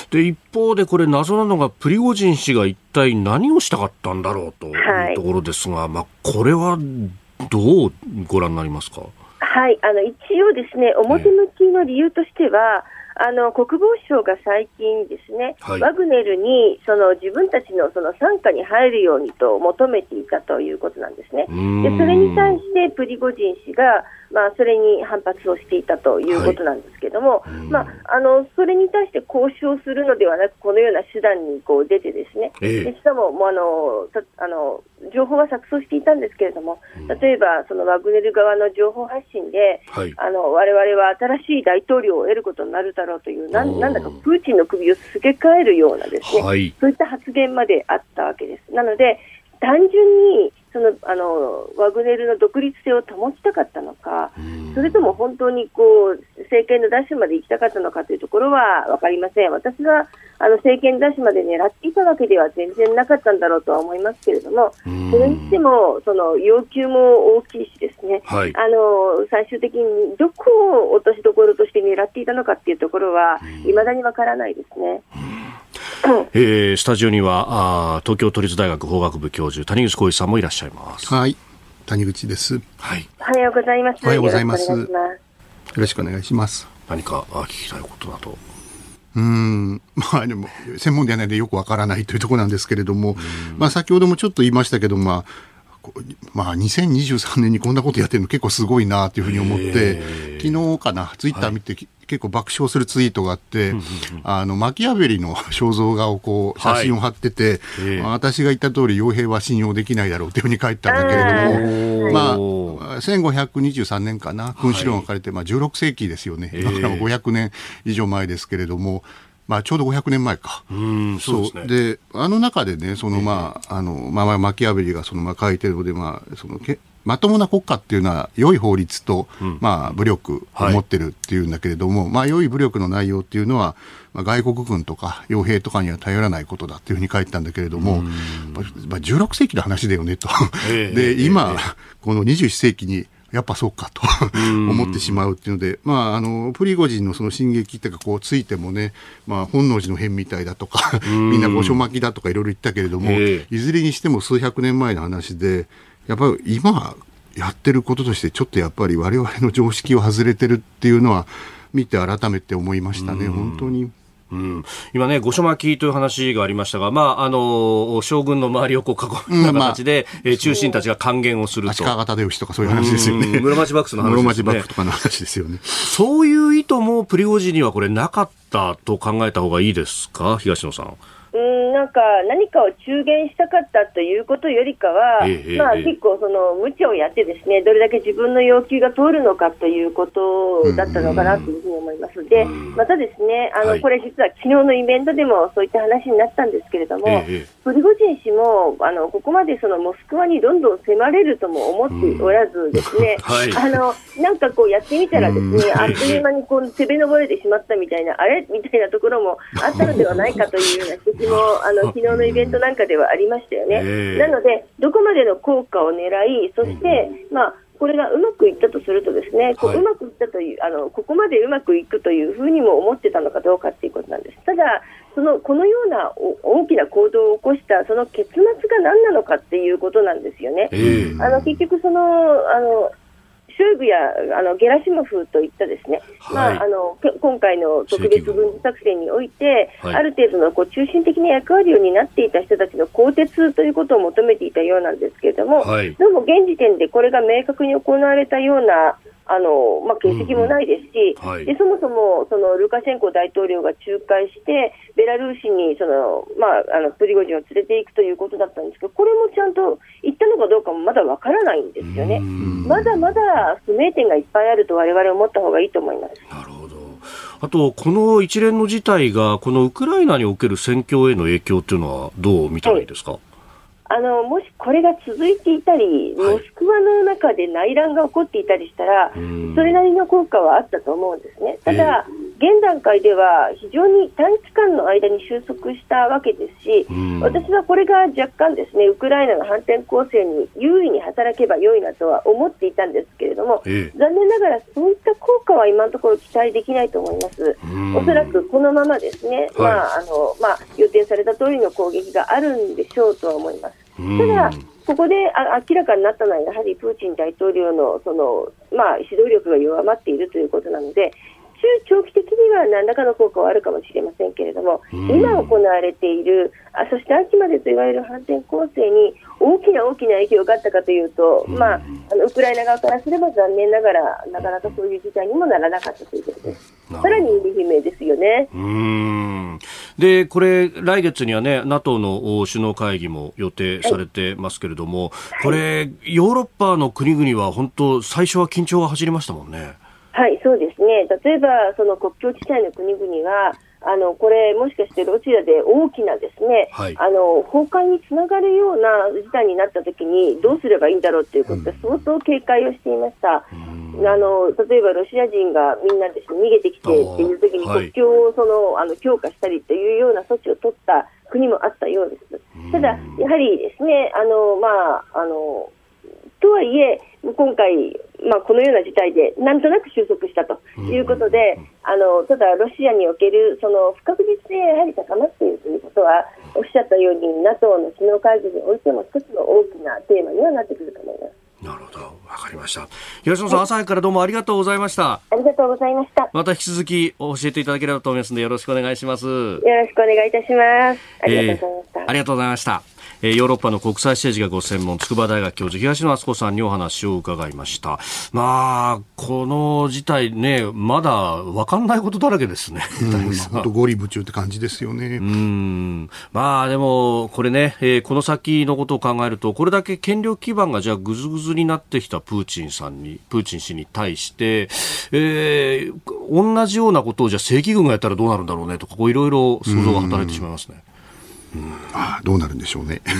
[SPEAKER 1] で、一方でこれ謎なのが、プリゴジン氏が一体何をしたかったんだろうというところですが、これはどうご覧になりますか？
[SPEAKER 5] はい、一応ですね、表向きの理由としては、国防省が最近ですね、
[SPEAKER 1] はい、
[SPEAKER 5] ワグネルに自分たちの傘下に入るようにと求めていたということなんですね。でそれに対してプリゴジン氏がそれに反発をしていたということなんですけども、それに対して交渉するのではなく、このような手段に出てですね、でしかも、情報は錯綜していたんですけれども、例えばワグネル側の情報発信で、
[SPEAKER 1] はい、
[SPEAKER 5] 我々は新しい大統領を得ることになるだろうという、なんだかプーチンの首をすげ替えるようなですね、
[SPEAKER 1] はい、
[SPEAKER 5] そういった発言まであったわけです。なので単純にワグネルの独立性を保ちたかったのか、それとも本当に政権の奪取まで行きたかったのかというところは分かりません。私は政権奪取まで狙っていたわけでは全然なかったんだろうとは思いますけれども、それにしても要求も大きいしですね、
[SPEAKER 1] はい、
[SPEAKER 5] 最終的にどこを落としどころとして狙っていたのかというところは未だに分からないですね。
[SPEAKER 1] スタジオには東京都立大学法学部教授、谷口浩一さんもいらっしゃいます。
[SPEAKER 3] はい、谷口です。
[SPEAKER 1] はい、
[SPEAKER 5] おはようございます。
[SPEAKER 3] おはようございます。よろしくお願いします。
[SPEAKER 1] 何か聞きたいことなど？
[SPEAKER 3] でも専門ではないのでよくわからないというところなんですけれども、先ほどもちょっと言いましたけど、2023年にこんなことやってるの結構すごいなというふうに思って、昨日かな、ツイッター見て、結構爆笑するツイートがあって、マキアベリの肖像画を写真を貼ってて、私が言った通り傭兵は信用できないだろうというふうに書いてたんだけれども、1523年かな、君主論が書かれて、16世紀ですよね。今から500年以上前ですけれども、ちょうど500年前か。
[SPEAKER 1] そうですね。
[SPEAKER 3] で、中でね、マキアベリが書いてるので、まともな国家っていうのは良い法律と、武力を持ってるっていうんだけれども、良い武力の内容っていうのは、外国軍とか傭兵とかには頼らないことだっていうふうに書いてたんだけれども、16世紀の話だよねと。で、今、この21世紀にやっぱそうかと思ってしまうっていうので、プリゴジンのその進撃っていうかついてもね、本能寺の変みたいだとかみんな御所巻きだとかいろいろ言ったけれども、いずれにしても数百年前の話で、やっぱり今やってることとしてちょっとやっぱり我々の常識を外れてるっていうのは見て改めて思いましたね。本当に。
[SPEAKER 1] 今ね、御所巻きという話がありましたが、将軍の周りを囲むような形で、中心たちが還元をすると。
[SPEAKER 3] 足利忠義とかそういう話ですよね。
[SPEAKER 1] 室町幕府の話ですね。
[SPEAKER 3] 室町幕府とかの話ですよね。
[SPEAKER 1] そういう意図もプリゴジンにはこれなかったと考えた方がいいですか、東野さん。
[SPEAKER 5] 何かを中言したかったということよりかは、結構無茶をやってですね、どれだけ自分の要求が通るのかということだったのかなというふうに思います。で、またですね、これ実は昨日のイベントでもそういった話になったんですけれども、プリゴジン氏もここまでモスクワにどんどん迫れるとも思っておらずですね、なんかやってみたらですね、あっという間に手べ登れてしまったみたいな、あれみたいなところもあったのではないかというような指摘も昨日のイベントなんかではありましたよね。なのでどこまでの効果を狙い、そして、 これがうまくいったとするとですね、うまくいったというここまでうまくいくというふうにも思ってたのかどうかということなんです。ただこのような大きな行動を起こしたその結末が何なのかっていうことなんですよね。結局ショイグやゲラシモフといったですね、今回の特別軍事作戦において、ある程度の中心的な役割を担っていた人たちの更迭ということを求めていたようなんですけれども、どうも現時点でこれが明確に行われたような形跡もないですし、でそもそもルカシェンコ大統領が仲介してベラルーシにプリゴジンを連れていくということだったんですけど、これもちゃんと言ったのかどうかもまだわからないんですよね。まだまだ不明点がいっぱいあると我々は思った方がいいと思います。
[SPEAKER 1] なるほど。あとこの一連の事態がこのウクライナにおける戦況への影響というのはどう見たらいいですか？
[SPEAKER 5] もしこれが続いていたり、モスクワの中で内乱が起こっていたりしたら、それなりの効果はあったと思うんですね。ただ、現段階では非常に短期間の間に収束したわけですし、私はこれが若干ですね、ウクライナの反転攻勢に優位に働けば良いなとは思っていたんですけれども、残念ながらそういった効果は今のところ期待できないと思います。おそらくこのままですね、予定された通りの攻撃があるんでしょうとは思います。ただ、ここで明らかになったのはやはりプーチン大統領の指導力が弱まっているということなので、中長期的には何らかの効果はあるかもしれませんけれども、今行われているそして秋までと言われる反転攻勢に大きな影響があったかというと、ウクライナ側からすれば残念ながらなかなかそういう事態にもならなかったということです。さらに意味不明ですよね。
[SPEAKER 1] でこれ来月にはね NATO の首脳会議も予定されてますけれども、これヨーロッパの国々は本当最初は緊張が走りましたもんね。
[SPEAKER 5] はい、そうですね。例えばその国境地帯の国々はこれもしかしてロシアで大きなですね、崩壊につながるような事態になったときにどうすればいいんだろうということで相当警戒をしていました。例えばロシア人がみんなですね、逃げてきてっていうときに国境を強化したりというような措置を取った国もあったようです。ただやはりですね、とはいえ今回このような事態でなんとなく収束したということで、ただロシアにおけるその不確実性がやはり高まっているということはおっしゃったように NATO の首脳会議においても一つの大きなテーマにはなってくると思います。
[SPEAKER 1] なるほど、わかりました。東野さん、朝早くからどうもありがとうございました。
[SPEAKER 5] ありがとうございました。
[SPEAKER 1] また引き続き教えていただければと思いますのでよろしくお願いします。よ
[SPEAKER 5] ろしくお願いいたします。ありがとうございました。
[SPEAKER 1] ありがとうございました。ヨーロッパの国際政治がご専門筑波大学教授東野篤子さんにお話を伺いました。この事態ね、まだ分かんないことだらけですね。
[SPEAKER 3] 本当ゴリ部中って感じですよね。
[SPEAKER 1] でもこれね、この先のことを考えるとこれだけ権力基盤がじゃあぐずぐずになってきたプーチン氏に対して、同じようなことをじゃあ正規軍がやったらどうなるんだろうねとか、いろいろ想像が働いてしまいますね。
[SPEAKER 3] どうなるんでしょうね。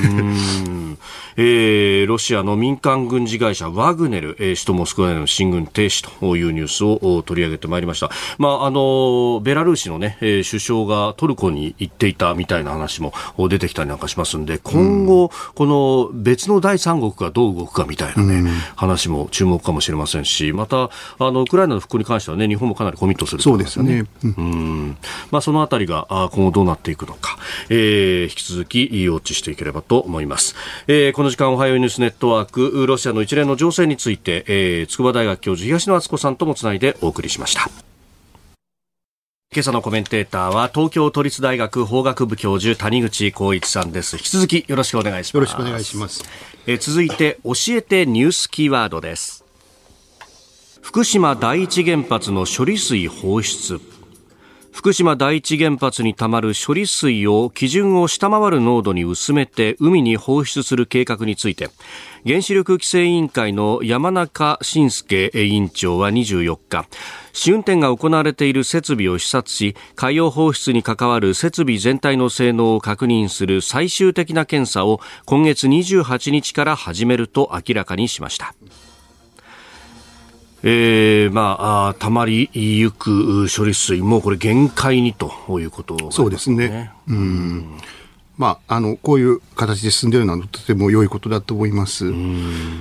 [SPEAKER 1] ロシアの民間軍事会社ワグネル、首都モスクワへの進軍停止というニュースを取り上げてまいりました。ベラルーシの、首相がトルコに行っていたみたいな話も出てきたりなんかしますんで、今後この別の第三国がどう動くかみたいな、話も注目かもしれませんし、またウクライナの復興に関しては、日本もかなりコミットすると思いますよね。そのあたりが今後どうなっていくのか、引き続きウォッチしていければと思います。この時間おはようニュースネットワーク、ロシアの一連の情勢について、筑波大学教授東野篤子さんともつないでお送りしました。今朝のコメンテーターは東京都立大学法学部教授谷口浩一さんです。引き続きよろしくお願いします。
[SPEAKER 3] よろしくお願いします。
[SPEAKER 1] 続いて教えてニュースキーワードです。福島第一原発の処理水放出。福島第一原発にたまる処理水を基準を下回る濃度に薄めて海に放出する計画について、原子力規制委員会の山中伸介委員長は24日、試運転が行われている設備を視察し、海洋放出に関わる設備全体の性能を確認する最終的な検査を今月28日から始めると明らかにしました。たまりゆく処理水もこれ限界にということですね。
[SPEAKER 3] そうですね。こういう形で進んでいるのはとても良いことだと思います。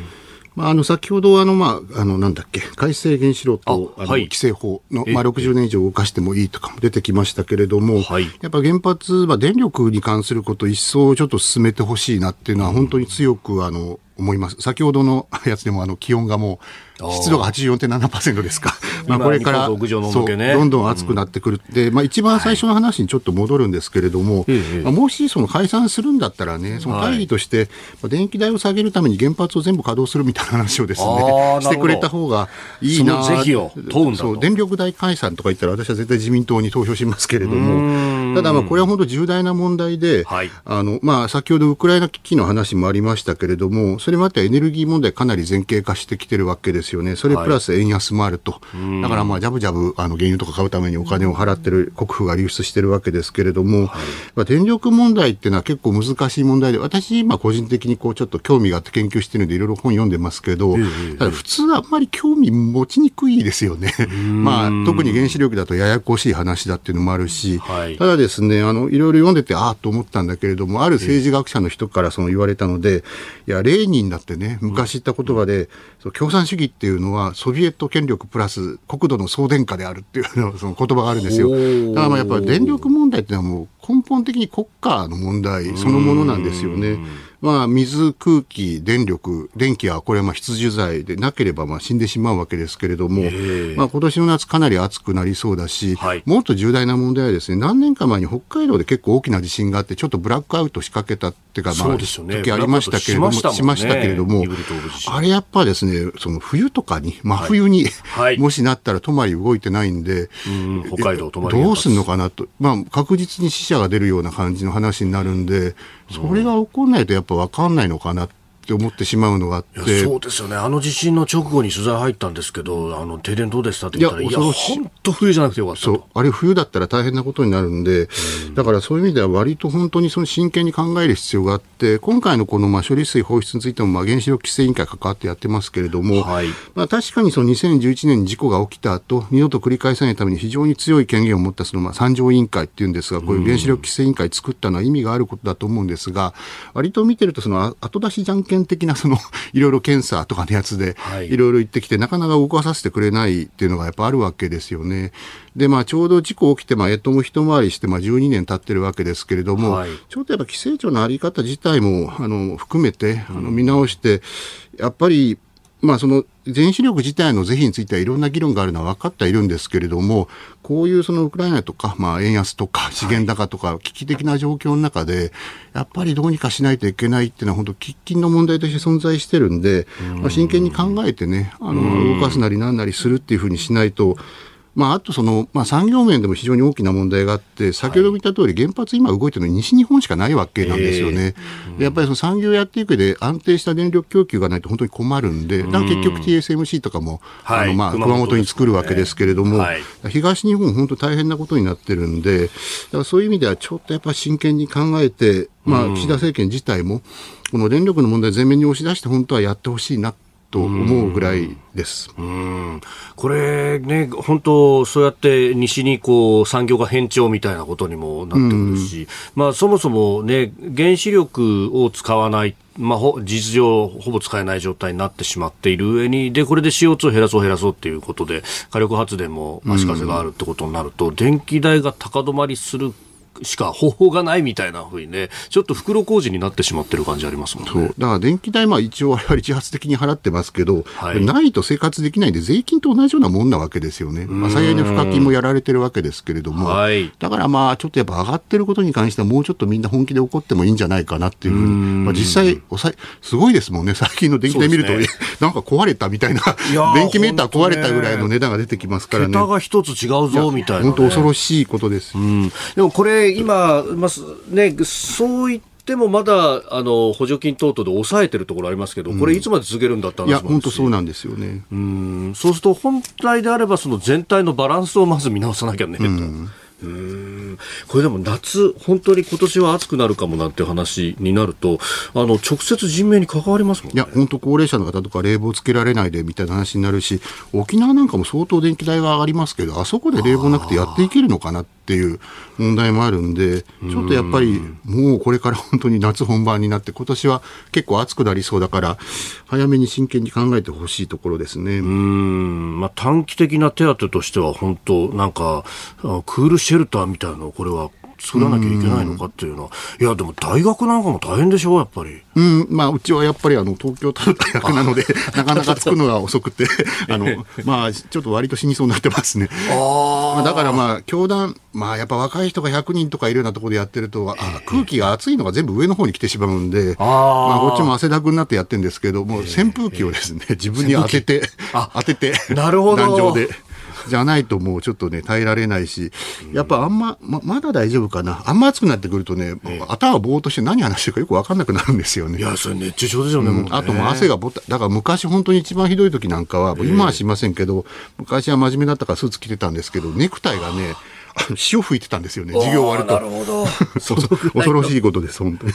[SPEAKER 3] 先ほどなんだっけ、改正原子炉と規制法の、60年以上動かしてもいいとかも出てきましたけれども、やっぱ原発、電力に関することを一層ちょっと進めてほしいなっていうのは本当に強く思います。先ほどのやつでも気温がもう湿度が 84.7% ですか。これからどんどん暑くなってくるって、一番最初の話にちょっと戻るんですけれども、もしその解散するんだったらね、その会議として電気代を下げるために原発を全部稼働するみたいな話をですね、してくれた方がいいな。
[SPEAKER 1] その是非を問うんだと。
[SPEAKER 3] そう、電力代解散とか言ったら私は絶対自民党に投票しますけれども、ただこれは本当重大な問題で、先ほどウクライナ危機の話もありましたけれども、それまでエネルギー問題かなり前傾化してきてるわけですよね。それプラス円安もあると。だからジャブジャブ原油とか買うためにお金を払ってる国府が流出してるわけですけれども、電力問題っていうのは結構難しい問題で、私今個人的にちょっと興味があって研究してるのでいろいろ本読んでますけど、ただ普通はあんまり興味持ちにくいですよね。特に原子力だとややこしい話だっていうのもあるし、ただですね、いろいろ読んでてと思ったんだけれども、ある政治学者の人から言われたので、いや、レーニンだってね、昔言った言葉で、共産主義っていうのはソビエト権力プラス国土の総電化であるっていうその言葉があるんですよ。だからやっぱり電力問題っていうのはもう根本的に国家の問題そのものなんですよね。水、空気、電力、電気はこれは必需材でなければ死んでしまうわけですけれども、今年の夏かなり暑くなりそうだし、もっと重大な問題はですね、何年か前に北海道で結構大きな地震があってちょっとブラックアウト仕掛けたっていうか、時ありましたけれども、しましたけれども、あれやっぱですね、その冬とかに、真冬に、もしなったら泊まり動いてないんで、
[SPEAKER 1] 北海道泊まり
[SPEAKER 3] どうするのかなと、確実に死者が出るような感じの話になるんで、それが起こらないとやっぱ分かんないのかなって思ってしまうのがあって。
[SPEAKER 1] そうですよね。地震の直後に取材入ったんですけど、停電どうでしたって言ったら、本当冬じゃなくてよかったと。そう、
[SPEAKER 3] あれ冬だったら大変なことになるんで、だからそういう意味では割と本当に真剣に考える必要があって、今回のこの処理水放出についても原子力規制委員会関わってやってますけれども、確かに2011年に事故が起きた後、二度と繰り返さないために非常に強い権限を持った三条委員会っていうんですが、こういう原子力規制委員会作ったのは意味があることだと思うんですが、割と見てると後出しじゃんけん的ないろいろ検査とかのやつでいろいろ言ってきて、なかなか動かさせてくれないっていうのがやっぱあるわけですよね。でちょうど事故起きても一回りして12年経ってるわけですけれども、ちょっとやっぱ規制庁の在り方自体も含めて見直して、やっぱりその原子力自体の是非についてはいろんな議論があるのは分かってはいるんですけれども、こういうウクライナとか、円安とか資源高とか危機的な状況の中でやっぱりどうにかしないといけないっていうのは本当喫緊の問題として存在してるんで、真剣に考えてね、動かすなりなんなりするっていうふうにしないと、あと産業面でも非常に大きな問題があって、先ほど見た通り原発今動いてるのは西日本しかないわけなんですよね。でやっぱり産業をやっていく上で安定した電力供給がないと本当に困るんで、だから結局 TSMC とかも、熊本に作るわけですけれども、東日本本当大変なことになってるんで、だからそういう意味ではちょっとやっぱ真剣に考えて、岸田政権自体もこの電力の問題を前面に押し出して本当はやってほしいなと思うぐらいです。
[SPEAKER 1] これね、本当そうやって西に産業が偏重みたいなことにもなってくるし、そもそもね、原子力を使わない、事実上ほぼ使えない状態になってしまっている上に、でこれで CO2 を減らそうっていうことで火力発電も足かせがあるってことになると、電気代が高止まりするしか方法がないみたいな風にね、ちょっと袋小路になってしまってる感じありますもんね。
[SPEAKER 3] そうだから電気代一応我々自発的に払ってますけど、ないと生活できないんで税金と同じようなもんなわけですよね。最大の付加金もやられてるわけですけれども、だからちょっとやっぱ上がってることに関してはもうちょっとみんな本気で怒ってもいいんじゃないかなっていうふうに、実際すごいですもんね。最近の電気代見ると、なんか壊れたみたいな電気メーター壊れたぐらいの値段が出てきますからね。
[SPEAKER 1] 桁が一つ違うぞみたいな、
[SPEAKER 3] 本当恐ろしいことです。
[SPEAKER 1] でもこれ今、そう言ってもまだ補助金等々で抑えてるところありますけど、これいつまで続けるんだって話もあるし、
[SPEAKER 3] 本当そうなんですよね。
[SPEAKER 1] そうすると本来であればその全体のバランスをまず見直さなきゃねと。これでも夏本当に今年は暑くなるかもなんて話になると直接人命に関わりますもんね。
[SPEAKER 3] いや本当高齢者の方とか冷房つけられないでみたいな話になるし、沖縄なんかも相当電気代が上がりますけど、あそこで冷房なくてやっていけるのかなってっていう問題もあるんで、ちょっとやっぱりもうこれから本当に夏本番になって、今年は結構暑くなりそうだから、早めに真剣に考えてほしいところですね。
[SPEAKER 1] 短期的な手当としては本当なんかクールシェルターみたいなのこれは作らなきゃいけないのかっていうのは、いやでも大学なんかも大変でしょやっぱり。
[SPEAKER 3] うちはやっぱり東京大学なのでなかなか作るのが遅くてちょっと割と死にそうになってますね。だから教団やっぱ若い人が100人とかいるようなところでやってると空気が暑いのが全部上の方に来てしまうんで、こっちも汗だくになってやってるんですけども、扇風機をですね自分に当てて
[SPEAKER 1] なるほど、
[SPEAKER 3] 壇上でじゃないともうちょっとね耐えられないし、やっぱまだ大丈夫かな。あんま暑くなってくるとね、頭ぼーっとして何話してるかよく分かんなくなるんですよね。
[SPEAKER 1] いやそれ熱中症ですよね。
[SPEAKER 3] あともう汗がだから昔本当に一番ひどい時なんかは、今はしませんけど、昔は真面目だったからスーツ着てたんですけど、ネクタイがね潮吹いてたんですよね、授業終わると。
[SPEAKER 1] なるほど
[SPEAKER 3] 恐ろしいことです本当に。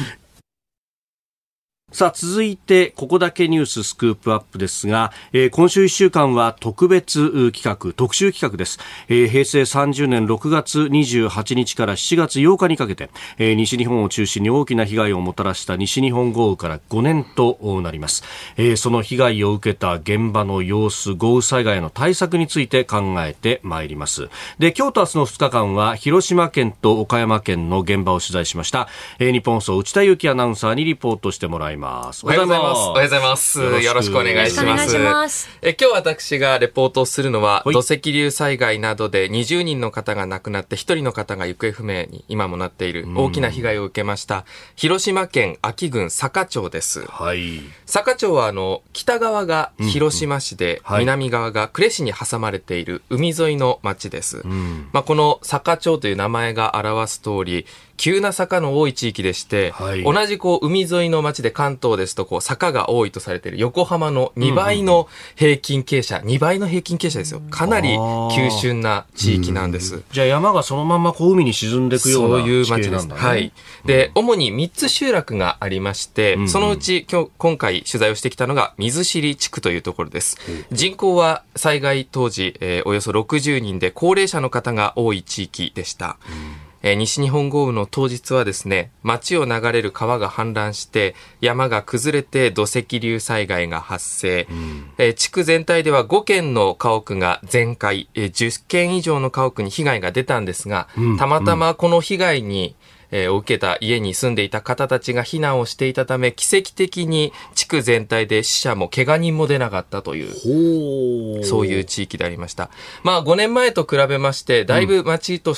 [SPEAKER 1] さあ続いてここだけニューススクープアップですが、今週1週間は特集企画です。平成30年6月28日から7月8日にかけて、西日本を中心に大きな被害をもたらした西日本豪雨から5年となります。その被害を受けた現場の様子、豪雨災害の対策について考えてまいります。で、今日と明日の2日間は広島県と岡山県の現場を取材しました。日本放送内田裕樹アナウンサーにリポートしてもらいます。お
[SPEAKER 6] はようございます。おはようございます。よろしくお願いします。今日私がレポートをするのは、土石流災害などで20人の方が亡くなって1人の方が行方不明に今もなっている大きな被害を受けました広島県安芸郡坂町です。坂町は北側が広島市で、南側が呉市に挟まれている海沿いの町です。この坂町という名前が表す通り、急な坂の多い地域でして、同じ海沿いの町で関東ですと坂が多いとされている横浜の2倍の平均傾斜、2倍の平均傾斜ですよ。かなり急峻な地域なんです。
[SPEAKER 1] じゃあ山がそのまま海に沈んでいくような地形なんだね。
[SPEAKER 6] はい。で、主に3つ集落がありまして、そのうち今回取材をしてきたのが水尻地区というところです。人口は災害当時、およそ60人で高齢者の方が多い地域でした。西日本豪雨の当日はですね、町を流れる川が氾濫して山が崩れて土石流災害が発生、地区全体では5軒の家屋が全壊、10軒以上の家屋に被害が出たんですが、たまたまこの被害にを受けた家に住んでいた方たちが避難をしていたため、奇跡的に地区全体で死者も怪我人も出なかったという、そういう地域でありました。5年前と比べましてだいぶ町として、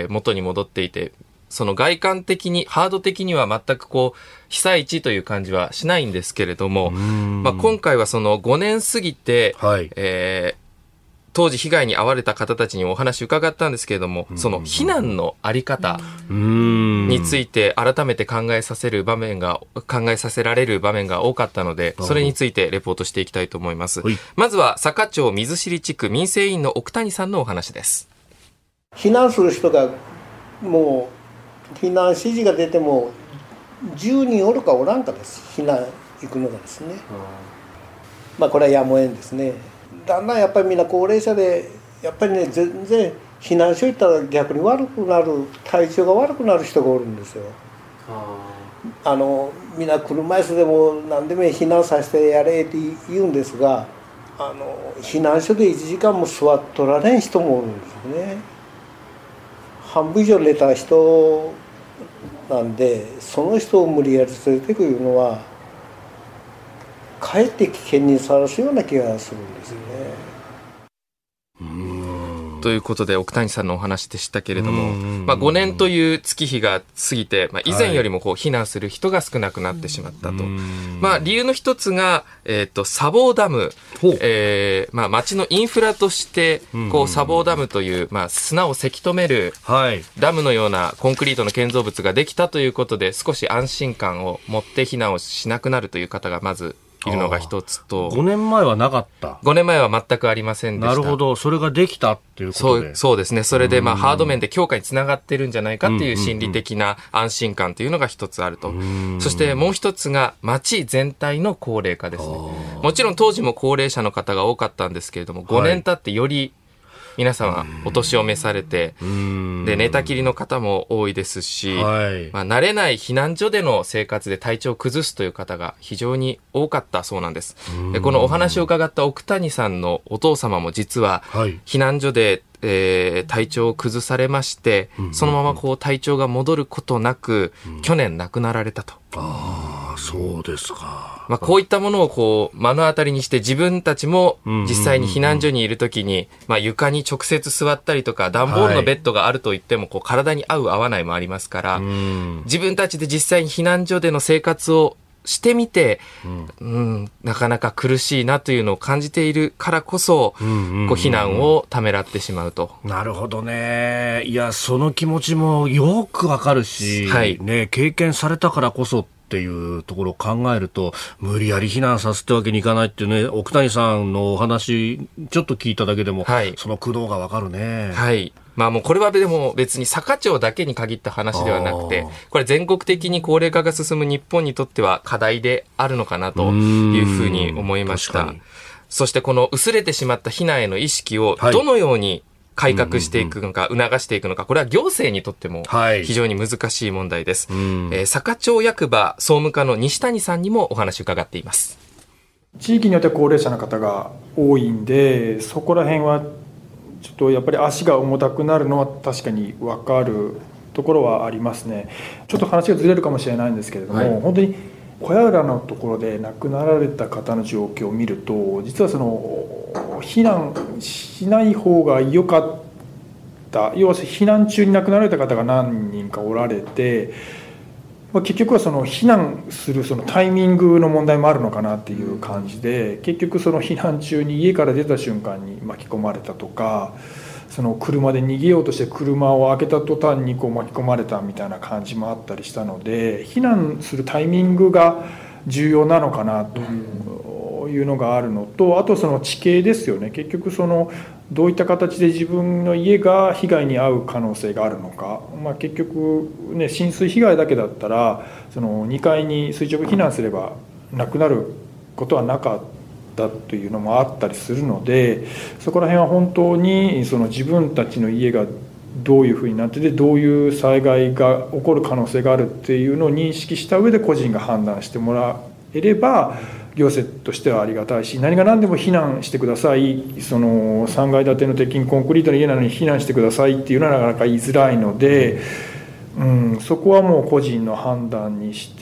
[SPEAKER 6] 元に戻っていて、その外観的にハード的には全く被災地という感じはしないんですけれども、今回はその5年過ぎて、当時被害に遭われた方たちにお話を伺ったんですけれども、その避難のあり方について改めて考えさせられる場面が多かったので、それについてレポートしていきたいと思います。まずは坂町水尻地区民生委員の奥谷さんのお話です。
[SPEAKER 7] 避難する人がもう避難指示が出ても10人おるかおらんかです。避難行くのがですね、これはやむを得んですね。だんだんやっぱりみんな高齢者で、やっぱりね、全然避難所行ったら逆に悪くなる、体調が悪くなる人がおるんですよ。みんな車椅子でも何でも避難させてやれって言うんですが、避難所で1時間も座っとられん人もおるんですよね。半分以上寝た人なんで、その人を無理やり連れてくるのはかえって危険にさらすような気がするんですよね。
[SPEAKER 6] ということで奥谷さんのお話でしたけれども、5年という月日が過ぎて、以前よりも避難する人が少なくなってしまったと。理由の一つが、砂防ダム、町のインフラとして砂防ダムという、砂をせき止めるダムのようなコンクリートの建造物ができたということで、少し安心感を持って避難をしなくなるという方がまずいるのが一つと、
[SPEAKER 1] 5年前はなかった。
[SPEAKER 6] 5年前は全くありませんでした。
[SPEAKER 1] なるほど、それができたっていうことで。
[SPEAKER 6] そうですね。それでハード面で強化につながってるんじゃないかっていう心理的な安心感というのが一つあると。そしてもう一つが町全体の高齢化ですね。もちろん当時も高齢者の方が多かったんですけれども、5年経ってより皆さんはお年を召されて、で、寝たきりの方も多いですし、慣れない避難所での生活で体調を崩すという方が非常に多かったそうなんです。で、このお話を伺った奥谷さんのお父様も実は、避難所で体調を崩されまして、そのままこう体調が戻ることなく、去年亡くなられたと。
[SPEAKER 1] そうですか。
[SPEAKER 6] こういったものをこう目の当たりにして自分たちも実際に避難所にいるときに、床に直接座ったりとか段ボールのベッドがあるといってもこう体に合う合わないもありますから、自分たちで実際に避難所での生活をしてみて、なかなか苦しいなというのを感じているからこそ、こう避難をためらってしまうと。
[SPEAKER 1] なるほどね。いや、その気持ちもよくわかるし、ね、経験されたからこそっていうところを考えると、無理やり避難させてわけにいかないっていうね、奥谷さんのお話ちょっと聞いただけでも、その苦悩がわかるね。
[SPEAKER 6] もうこれはでも別に坂町だけに限った話ではなくて、これ全国的に高齢化が進む日本にとっては課題であるのかなというふうに思いました。そしてこの薄れてしまった避難への意識をどのように改革していくのか、促していくのか、これは行政にとっても非常に難しい問題です。坂町役場総務課の西谷さんにもお話を伺っています。
[SPEAKER 8] 地域によっては高齢者の方が多いんで、そこら辺はちょっとやっぱり足が重たくなるのは確かに分かるところはありますね。ちょっと話がずれるかもしれないんですけれども、本当に小屋浦のところで亡くなられた方の状況を見ると、実はその避難しない方が良かった、要は避難中に亡くなられた方が何人かおられて、結局はその避難するそのタイミングの問題もあるのかなっていう感じで、結局その避難中に家から出た瞬間に巻き込まれたとか、その車で逃げようとして車を開けた途端にこう巻き込まれたみたいな感じもあったりしたので、避難するタイミングが重要なのかなというのがあるのと、あとその地形ですよね。結局そのどういった形で自分の家が被害に遭う可能性があるのか、結局ね、浸水被害だけだったらその2階に垂直避難すればなくなることはなかったというのもあったりするので、そこら辺は本当にその自分たちの家がどういうふうになってて、どういう災害が起こる可能性があるっていうのを認識した上で個人が判断してもらえれば行政としてはありがたいし、何が何でも避難してください、その3階建ての鉄筋コンクリートの家なのに避難してくださいっていうのはなかなか言いづらいので、そこはもう個人の判断にして、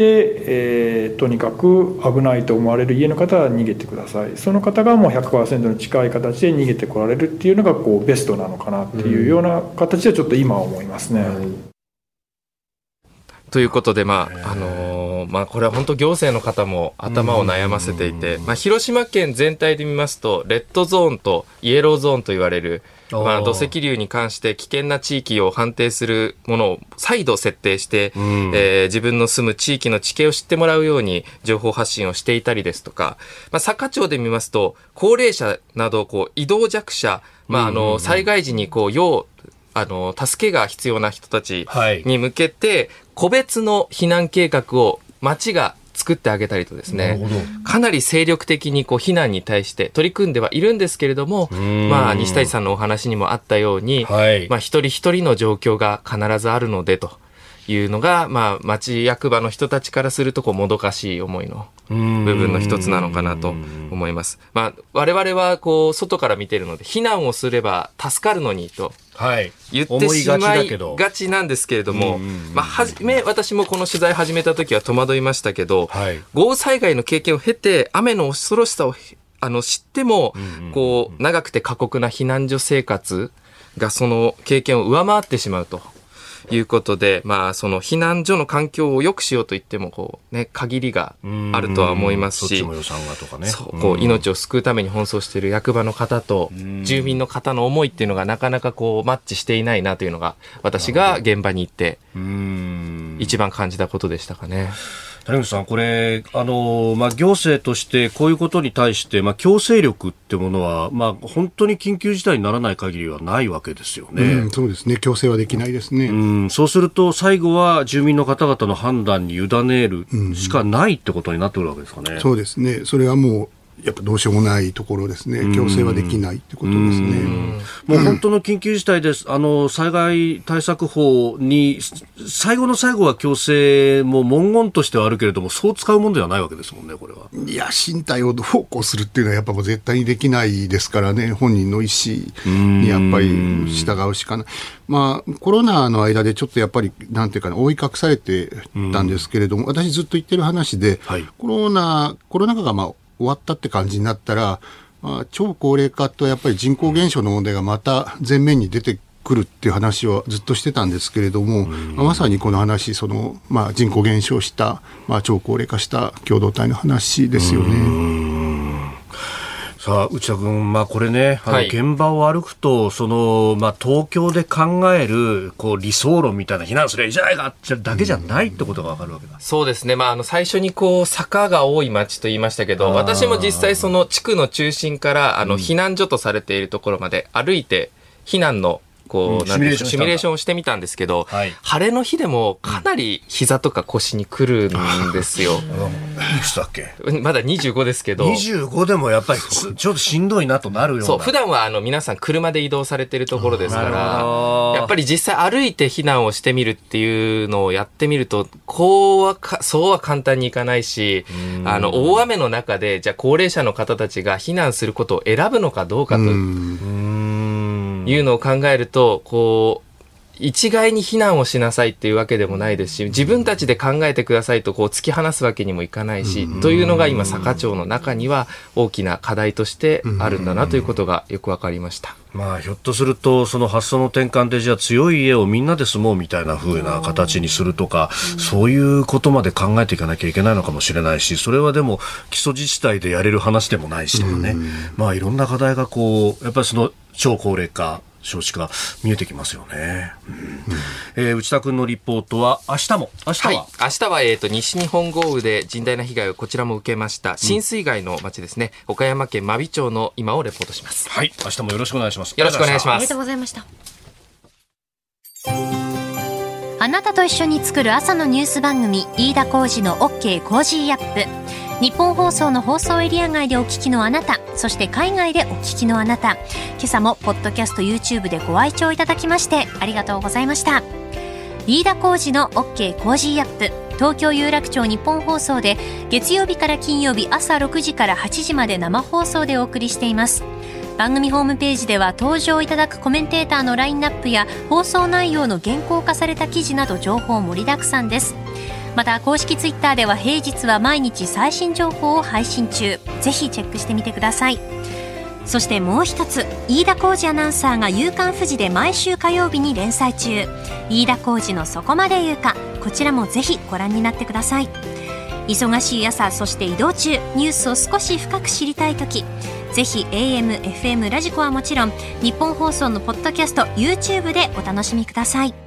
[SPEAKER 8] とにかく危ないと思われる家の方は逃げてください、その方がもう 100% に近い形で逃げてこられるっていうのがこうベストなのかなっていうような形でちょっと今は思いますね。
[SPEAKER 6] ということで、これは本当行政の方も頭を悩ませていて、広島県全体で見ますと、レッドゾーンとイエローゾーンと言われる、土石流に関して危険な地域を判定するものを再度設定して、自分の住む地域の地形を知ってもらうように情報発信をしていたりですとか、坂町で見ますと、高齢者などこう移動弱者、災害時にこう助けが必要な人たちに向けて、個別の避難計画を町が作ってあげたりとですね、かなり精力的にこう避難に対して取り組んではいるんですけれども、西谷さんのお話にもあったように、一人一人の状況が必ずあるのでというのが、町役場の人たちからするとこうもどかしい思いの部分の一つなのかなと思います。我々はこう外から見ているので、避難をすれば助かるのにと言ってしまいがちなんですけれども、初め私もこの取材始めた時は戸惑いましたけど、豪雨災害の経験を経て雨の恐ろしさを知っても、こう長くて過酷な避難所生活がその経験を上回ってしまうということで、その避難所の環境を良くしようと言ってもこう、限りがあるとは思いますし、命を救うために奔走している役場の方と住民の方の思いっていうのがなかなかこうマッチしていないなというのが、私が現場に行って一番感じたことでしたかね。
[SPEAKER 1] 谷口さん、これ行政としてこういうことに対して、強制力ってものは、本当に緊急事態にならない限りはないわけですよね。
[SPEAKER 3] そうですね。強制はできないですね。
[SPEAKER 1] そうすると最後は住民の方々の判断に委ねるしかないってことになってくるわけですかね。
[SPEAKER 3] そうですね。それはもやっぱどうしようもないところですね。強制はできないってことですね。
[SPEAKER 1] もう本当の緊急事態です。災害対策法に最後の最後は強制も文言としてはあるけれども、そう使うものではないわけですもんね、これは。
[SPEAKER 3] いや、身体をどうこうするっていうのはやっぱもう絶対にできないですからね。本人の意思にやっぱり従うしかない。まあ、コロナの間でちょっとやっぱりなんていうかな、覆い隠されてたんですけれども、私ずっと言ってる話で、はい、コロナ禍が終わったって感じになったら、超高齢化とやっぱり人口減少の問題がまた前面に出てくるっていう話をずっとしてたんですけれども、まさにこの話、人口減少した、超高齢化した共同体の話ですよね。
[SPEAKER 1] さあ内田君、これね、現場を歩くと東京で考える理想論みたいな、避難すればいいじゃないかだけじゃないってことが分かるわけだ。
[SPEAKER 6] そうですね、最初に坂が多い町と言いましたけど、私も実際その地区の中心から避難所とされているところまで歩いて避難のシミュレーションをしてみたんですけど、晴れの日でもかなり膝とか腰にくるんですよ。
[SPEAKER 1] いくつだっけ？
[SPEAKER 6] まだ25ですけど。
[SPEAKER 1] 25でもやっぱりちょっとしんどいなとなるような。
[SPEAKER 6] そう、普段は皆さん車で移動されているところですから、やっぱり実際歩いて避難をしてみるっていうのをやってみると、そうは簡単にいかないし、大雨の中でじゃあ高齢者の方たちが避難することを選ぶのかどうかというのを考えると、一概に避難をしなさいっていうわけでもないですし、自分たちで考えてくださいと突き放すわけにもいかないし、というのが今坂町の中には大きな課題としてあるんだなということがよくわかりました。
[SPEAKER 1] ひょっとするとその発想の転換で、じゃあ強い家をみんなで住もうみたいな風な形にするとか、そういうことまで考えていかなきゃいけないのかもしれないし、それはでも基礎自治体でやれる話でもないしね、いろんな課題がやっぱりその超高齢化少子化見えてきますよね。内田君のリポートは明日は、
[SPEAKER 6] 西日本豪雨で甚大な被害をこちらも受けました浸水害の町ですね、岡山県真備町の今をレポートします。
[SPEAKER 1] はい、明日もよろしくお願いします。
[SPEAKER 6] よろしくお願いします。
[SPEAKER 4] ありがとうございました。あなたと一緒に作る朝のニュース番組、飯田浩司の OK コージーアップ。日本放送の放送エリア外でお聞きのあなた、そして海外でお聞きのあなた、今朝もポッドキャスト YouTube でご愛聴いただきましてありがとうございました。飯田浩司の OK コージーアップ、東京有楽町日本放送で月曜日から金曜日朝6時から8時まで生放送でお送りしています。番組ホームページでは登場いただくコメンテーターのラインナップや放送内容の原稿化された記事など情報盛りだくさんです。また公式ツイッターでは平日は毎日最新情報を配信中、ぜひチェックしてみてください。そしてもう一つ、飯田浩司アナウンサーが夕刊フジで毎週火曜日に連載中、飯田浩司のそこまで言うか、こちらもぜひご覧になってください。忙しい朝、そして移動中、ニュースを少し深く知りたいとき、ぜひ AM、FM、ラジコはもちろん日本放送のポッドキャスト YouTube でお楽しみください。